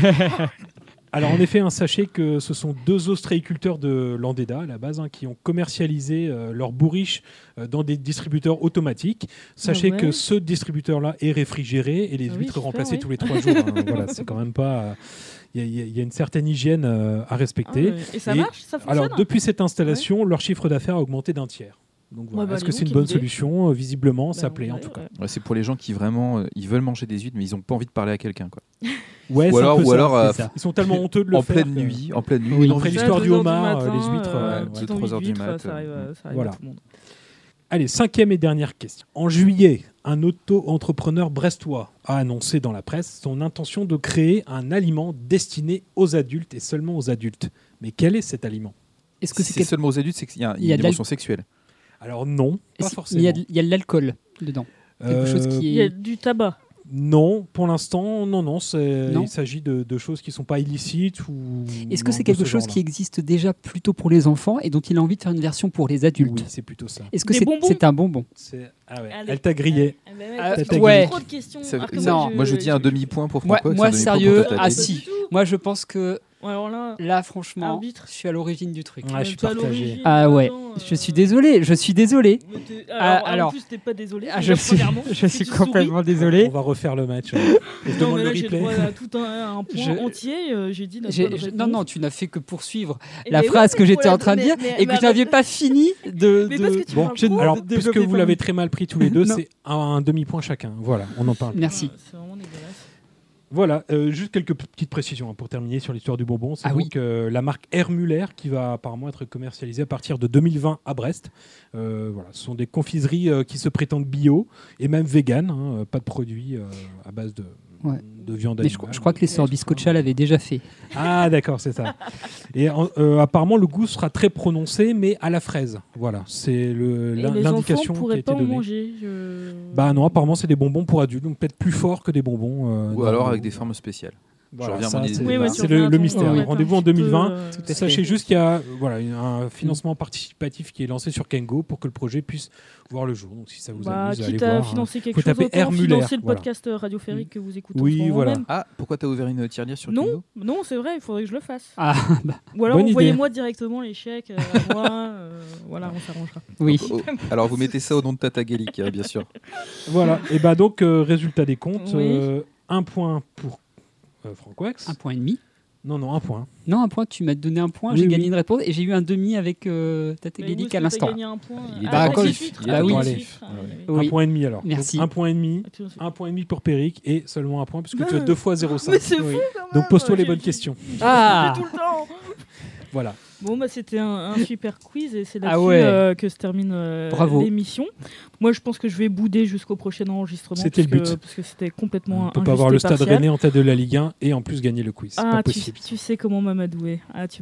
Alors en effet, hein, sachez que ce sont deux ostréiculteurs de Landeda à la base hein, qui ont commercialisé euh, leurs bourriches euh, dans des distributeurs automatiques. Sachez Ah ouais. que ce distributeur-là est réfrigéré et les Ah oui, huîtres super, remplacées oui. tous les trois jours. hein. Voilà, c'est quand même pas. Il y, a- il y a une certaine hygiène euh, à Ah, respecter. ouais. Et ça Et marche, ça fonctionne. Alors depuis cette installation, leur chiffre d'affaires a augmenté d'un tiers. Donc voilà. Ouais, bah, Est-ce dis que c'est donc, une bonne quelle idée. solution? Euh, Visiblement, ça Bah, plaît en ouais, tout cas. ouais. Ouais, c'est pour les gens qui vraiment euh, ils veulent manger des huîtres mais ils ont pas envie de parler à quelqu'un quoi. Ouais, ou c'est un alors peu ou ça. alors euh, c'est ça. Ils sont tellement honteux de le en faire. pleine que- nuit, en pleine nuit. Oui. ils Après ont l'histoire du deux heures homard, matin, euh, les huîtres, euh, euh, petite deux, envie trois de heures du huîtres, mat, ça arrive, euh, euh, ça arrive voilà. à tout le monde. Allez, cinquième et dernière question. En juillet, un auto-entrepreneur brestois a annoncé dans la presse son intention de créer un aliment destiné aux adultes et seulement aux adultes. Mais quel est cet aliment? Est-ce que Si c'est c'est quelque... seulement aux adultes, c'est qu'il y a, il Il y y a a une de la- dimension sexuelle. Alors non, pas est-ce- forcément. Il y a de, il y a de l'alcool dedans. Quelque chose Euh, qui Il y a est... du tabac. Non, pour l'instant, non, non. c'est- Non. Il s'agit de, de choses qui ne sont pas illicites ou. Est-ce que non, c'est de quelque ce chose genre-là. qui existe déjà plutôt pour les enfants et dont il a envie de faire une version pour les adultes? Oui, c'est plutôt ça. Est-ce que Des c'est bonbons c'est un bonbon? C'est- Ah ouais, Allez. elle t'a grillé. Ah, bah ouais, Ah, parce t'as que ouais. j'ai trop de questions. Ça- alors que ça- moi, moi je dis un demi-point pour Moi, Francois. moi, c'est un demi-point sérieux, pour toi, ah Thaddée. si. Moi, je pense que Ouais, alors là, là, franchement, arbitre. je suis à l'origine du truc. Ouais, je suis toi, à partagé. l'origine, Ah ouais, attends, euh, je suis désolé, je suis désolé. mais t'es- Ah, Alors, alors- en plus, t'es pas désolé. Ah, déjà, je suis, premièrement, je si suis tu complètement On désolé. va refaire le match. Et je Non, demande mais le là, j'ai le replay. droit à tout un, à un point Je- entier. euh, J'ai dit notre J'ai- bonne je- réponse. non, non, tu n'as fait que poursuivre Eh la ben oui, phrase mais que faut j'étais la en train de donner, dire mais- et que mais je n'avais arrête. pas fini de. Mais de- parce que tu Bon, parles je- trop. Alors, de puisque développer vous ton- l'avez très mal pris tous les deux, Non. c'est un, un demi-point chacun. Voilà, on en parle. Merci. Ah, C'est vraiment dégueulasse. Voilà, euh, juste quelques petites précisions hein, pour terminer sur l'histoire du bonbon. C'est Ah donc euh, la marque Air Muller qui va apparemment être commercialisée à partir de deux mille vingt à Brest. Euh, voilà, ce sont des confiseries euh, qui se prétendent bio et même vegan, hein, euh, pas de produits euh, à base de, Ouais. de viande Mais je, animale. je crois que les sœurs Biscoccia l'avaient déjà fait. Ah d'accord, c'est ça. Et en- euh, apparemment le goût sera très prononcé, mais à la fraise. Voilà, c'est le- Et l'in- les enfants l'indication qui a pourraient été pas en donnée. manger. je- Bah non, apparemment c'est des bonbons pour adultes, donc peut-être plus forts que des bonbons. euh, Ou dans alors le- avec des formes spéciales. Voilà, Je reviens à ça, mon idée c'est de Oui, départ. ouais, tu c'est reviens le, à le ton- mystère. ouais, Rendez-vous en un petit peu, deux mille vingt. euh, Tout à fait. Sachez juste qu'il y a voilà, une- un financement participatif qui est lancé sur Kengo pour que le projet puisse voir le jour. Donc si ça vous Bah, amuse, allez quitte à voir. hein. financer quelque Faut chose, taper autant Air Muller, financer le voilà. podcast euh, radiophérique que vous écoutez. Oui, en ce moment voilà. même. Ah, pourquoi t'as ouvert une tirelire sur Non, Kingo non, c'est vrai, il faudrait que je le fasse. Ah, bah, Ou alors Bonne idée. envoyez-moi directement les chèques euh, à moi. euh, voilà, on s'arrangera. oui. Oh, oh. Alors vous mettez ça au nom de Tata Gaelic, hein, bien sûr. Voilà. Et bah donc euh, résultat des comptes, Oui. euh, un point pour euh, Francoax. Un point et demi. Non non un point. Non, un point, tu m'as donné un point, Oui, j'ai oui. gagné une réponse et j'ai eu un demi avec euh, Tata Mais Guédic où est-ce à que l'instant. t'as gagné un point Il est Ah, dans avec le les golf. chiffres. Il est Bah dans oui. le Allez. chiffres. Ah, oui, oui. Oui. Un point et demi alors. Merci. Donc, un point et demi. Ah, tu vois, c'est- Un point et demi pour Péric et seulement un point puisque Non. tu as deux fois zéro virgule cinq. Mais c'est Oui. fou quand même. Donc pose-toi les j'ai- bonnes j'ai- questions. Ah. j'ai tout le temps. Voilà. Bon, bah, c'était un, un super quiz et c'est Ah là-dessus ouais. euh, que se termine euh, Bravo. l'émission. Moi, je pense que je vais bouder jusqu'au prochain enregistrement. C'était le parce que- but. Parce que c'était complètement On peut injuste pas avoir et le Stade partial. Rennais en tête de la Ligue un et en plus gagner le quiz. C'est Ah, pas tu, possible. tu sais comment m'a doué. Ah, tu m'as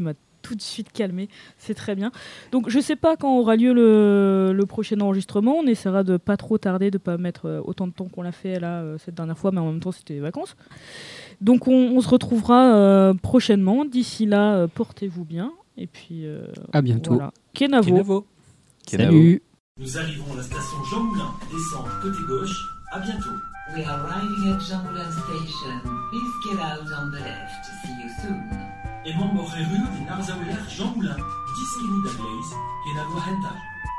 tout de suite calmé. C'est très bien. Donc, je ne sais pas quand aura lieu le, le prochain enregistrement. On essaiera de pas trop tarder, de pas mettre euh, autant de temps qu'on l'a fait là euh, cette dernière fois, mais en même temps, c'était les vacances. Donc, on, on se retrouvera euh, prochainement. D'ici là, euh, portez-vous bien. Et puis, euh, à bientôt. Voilà. Kenavo. Kenavo. Salut. Nous arrivons à la station Jean Moulin. Descente côté gauche. À bientôt. We are arriving at Jean Moulin Station. Please get out on the left. See you soon. Emang Moreru di Narzauler Jean Moulin. Diskini da Glaze. Kenavo Hentai.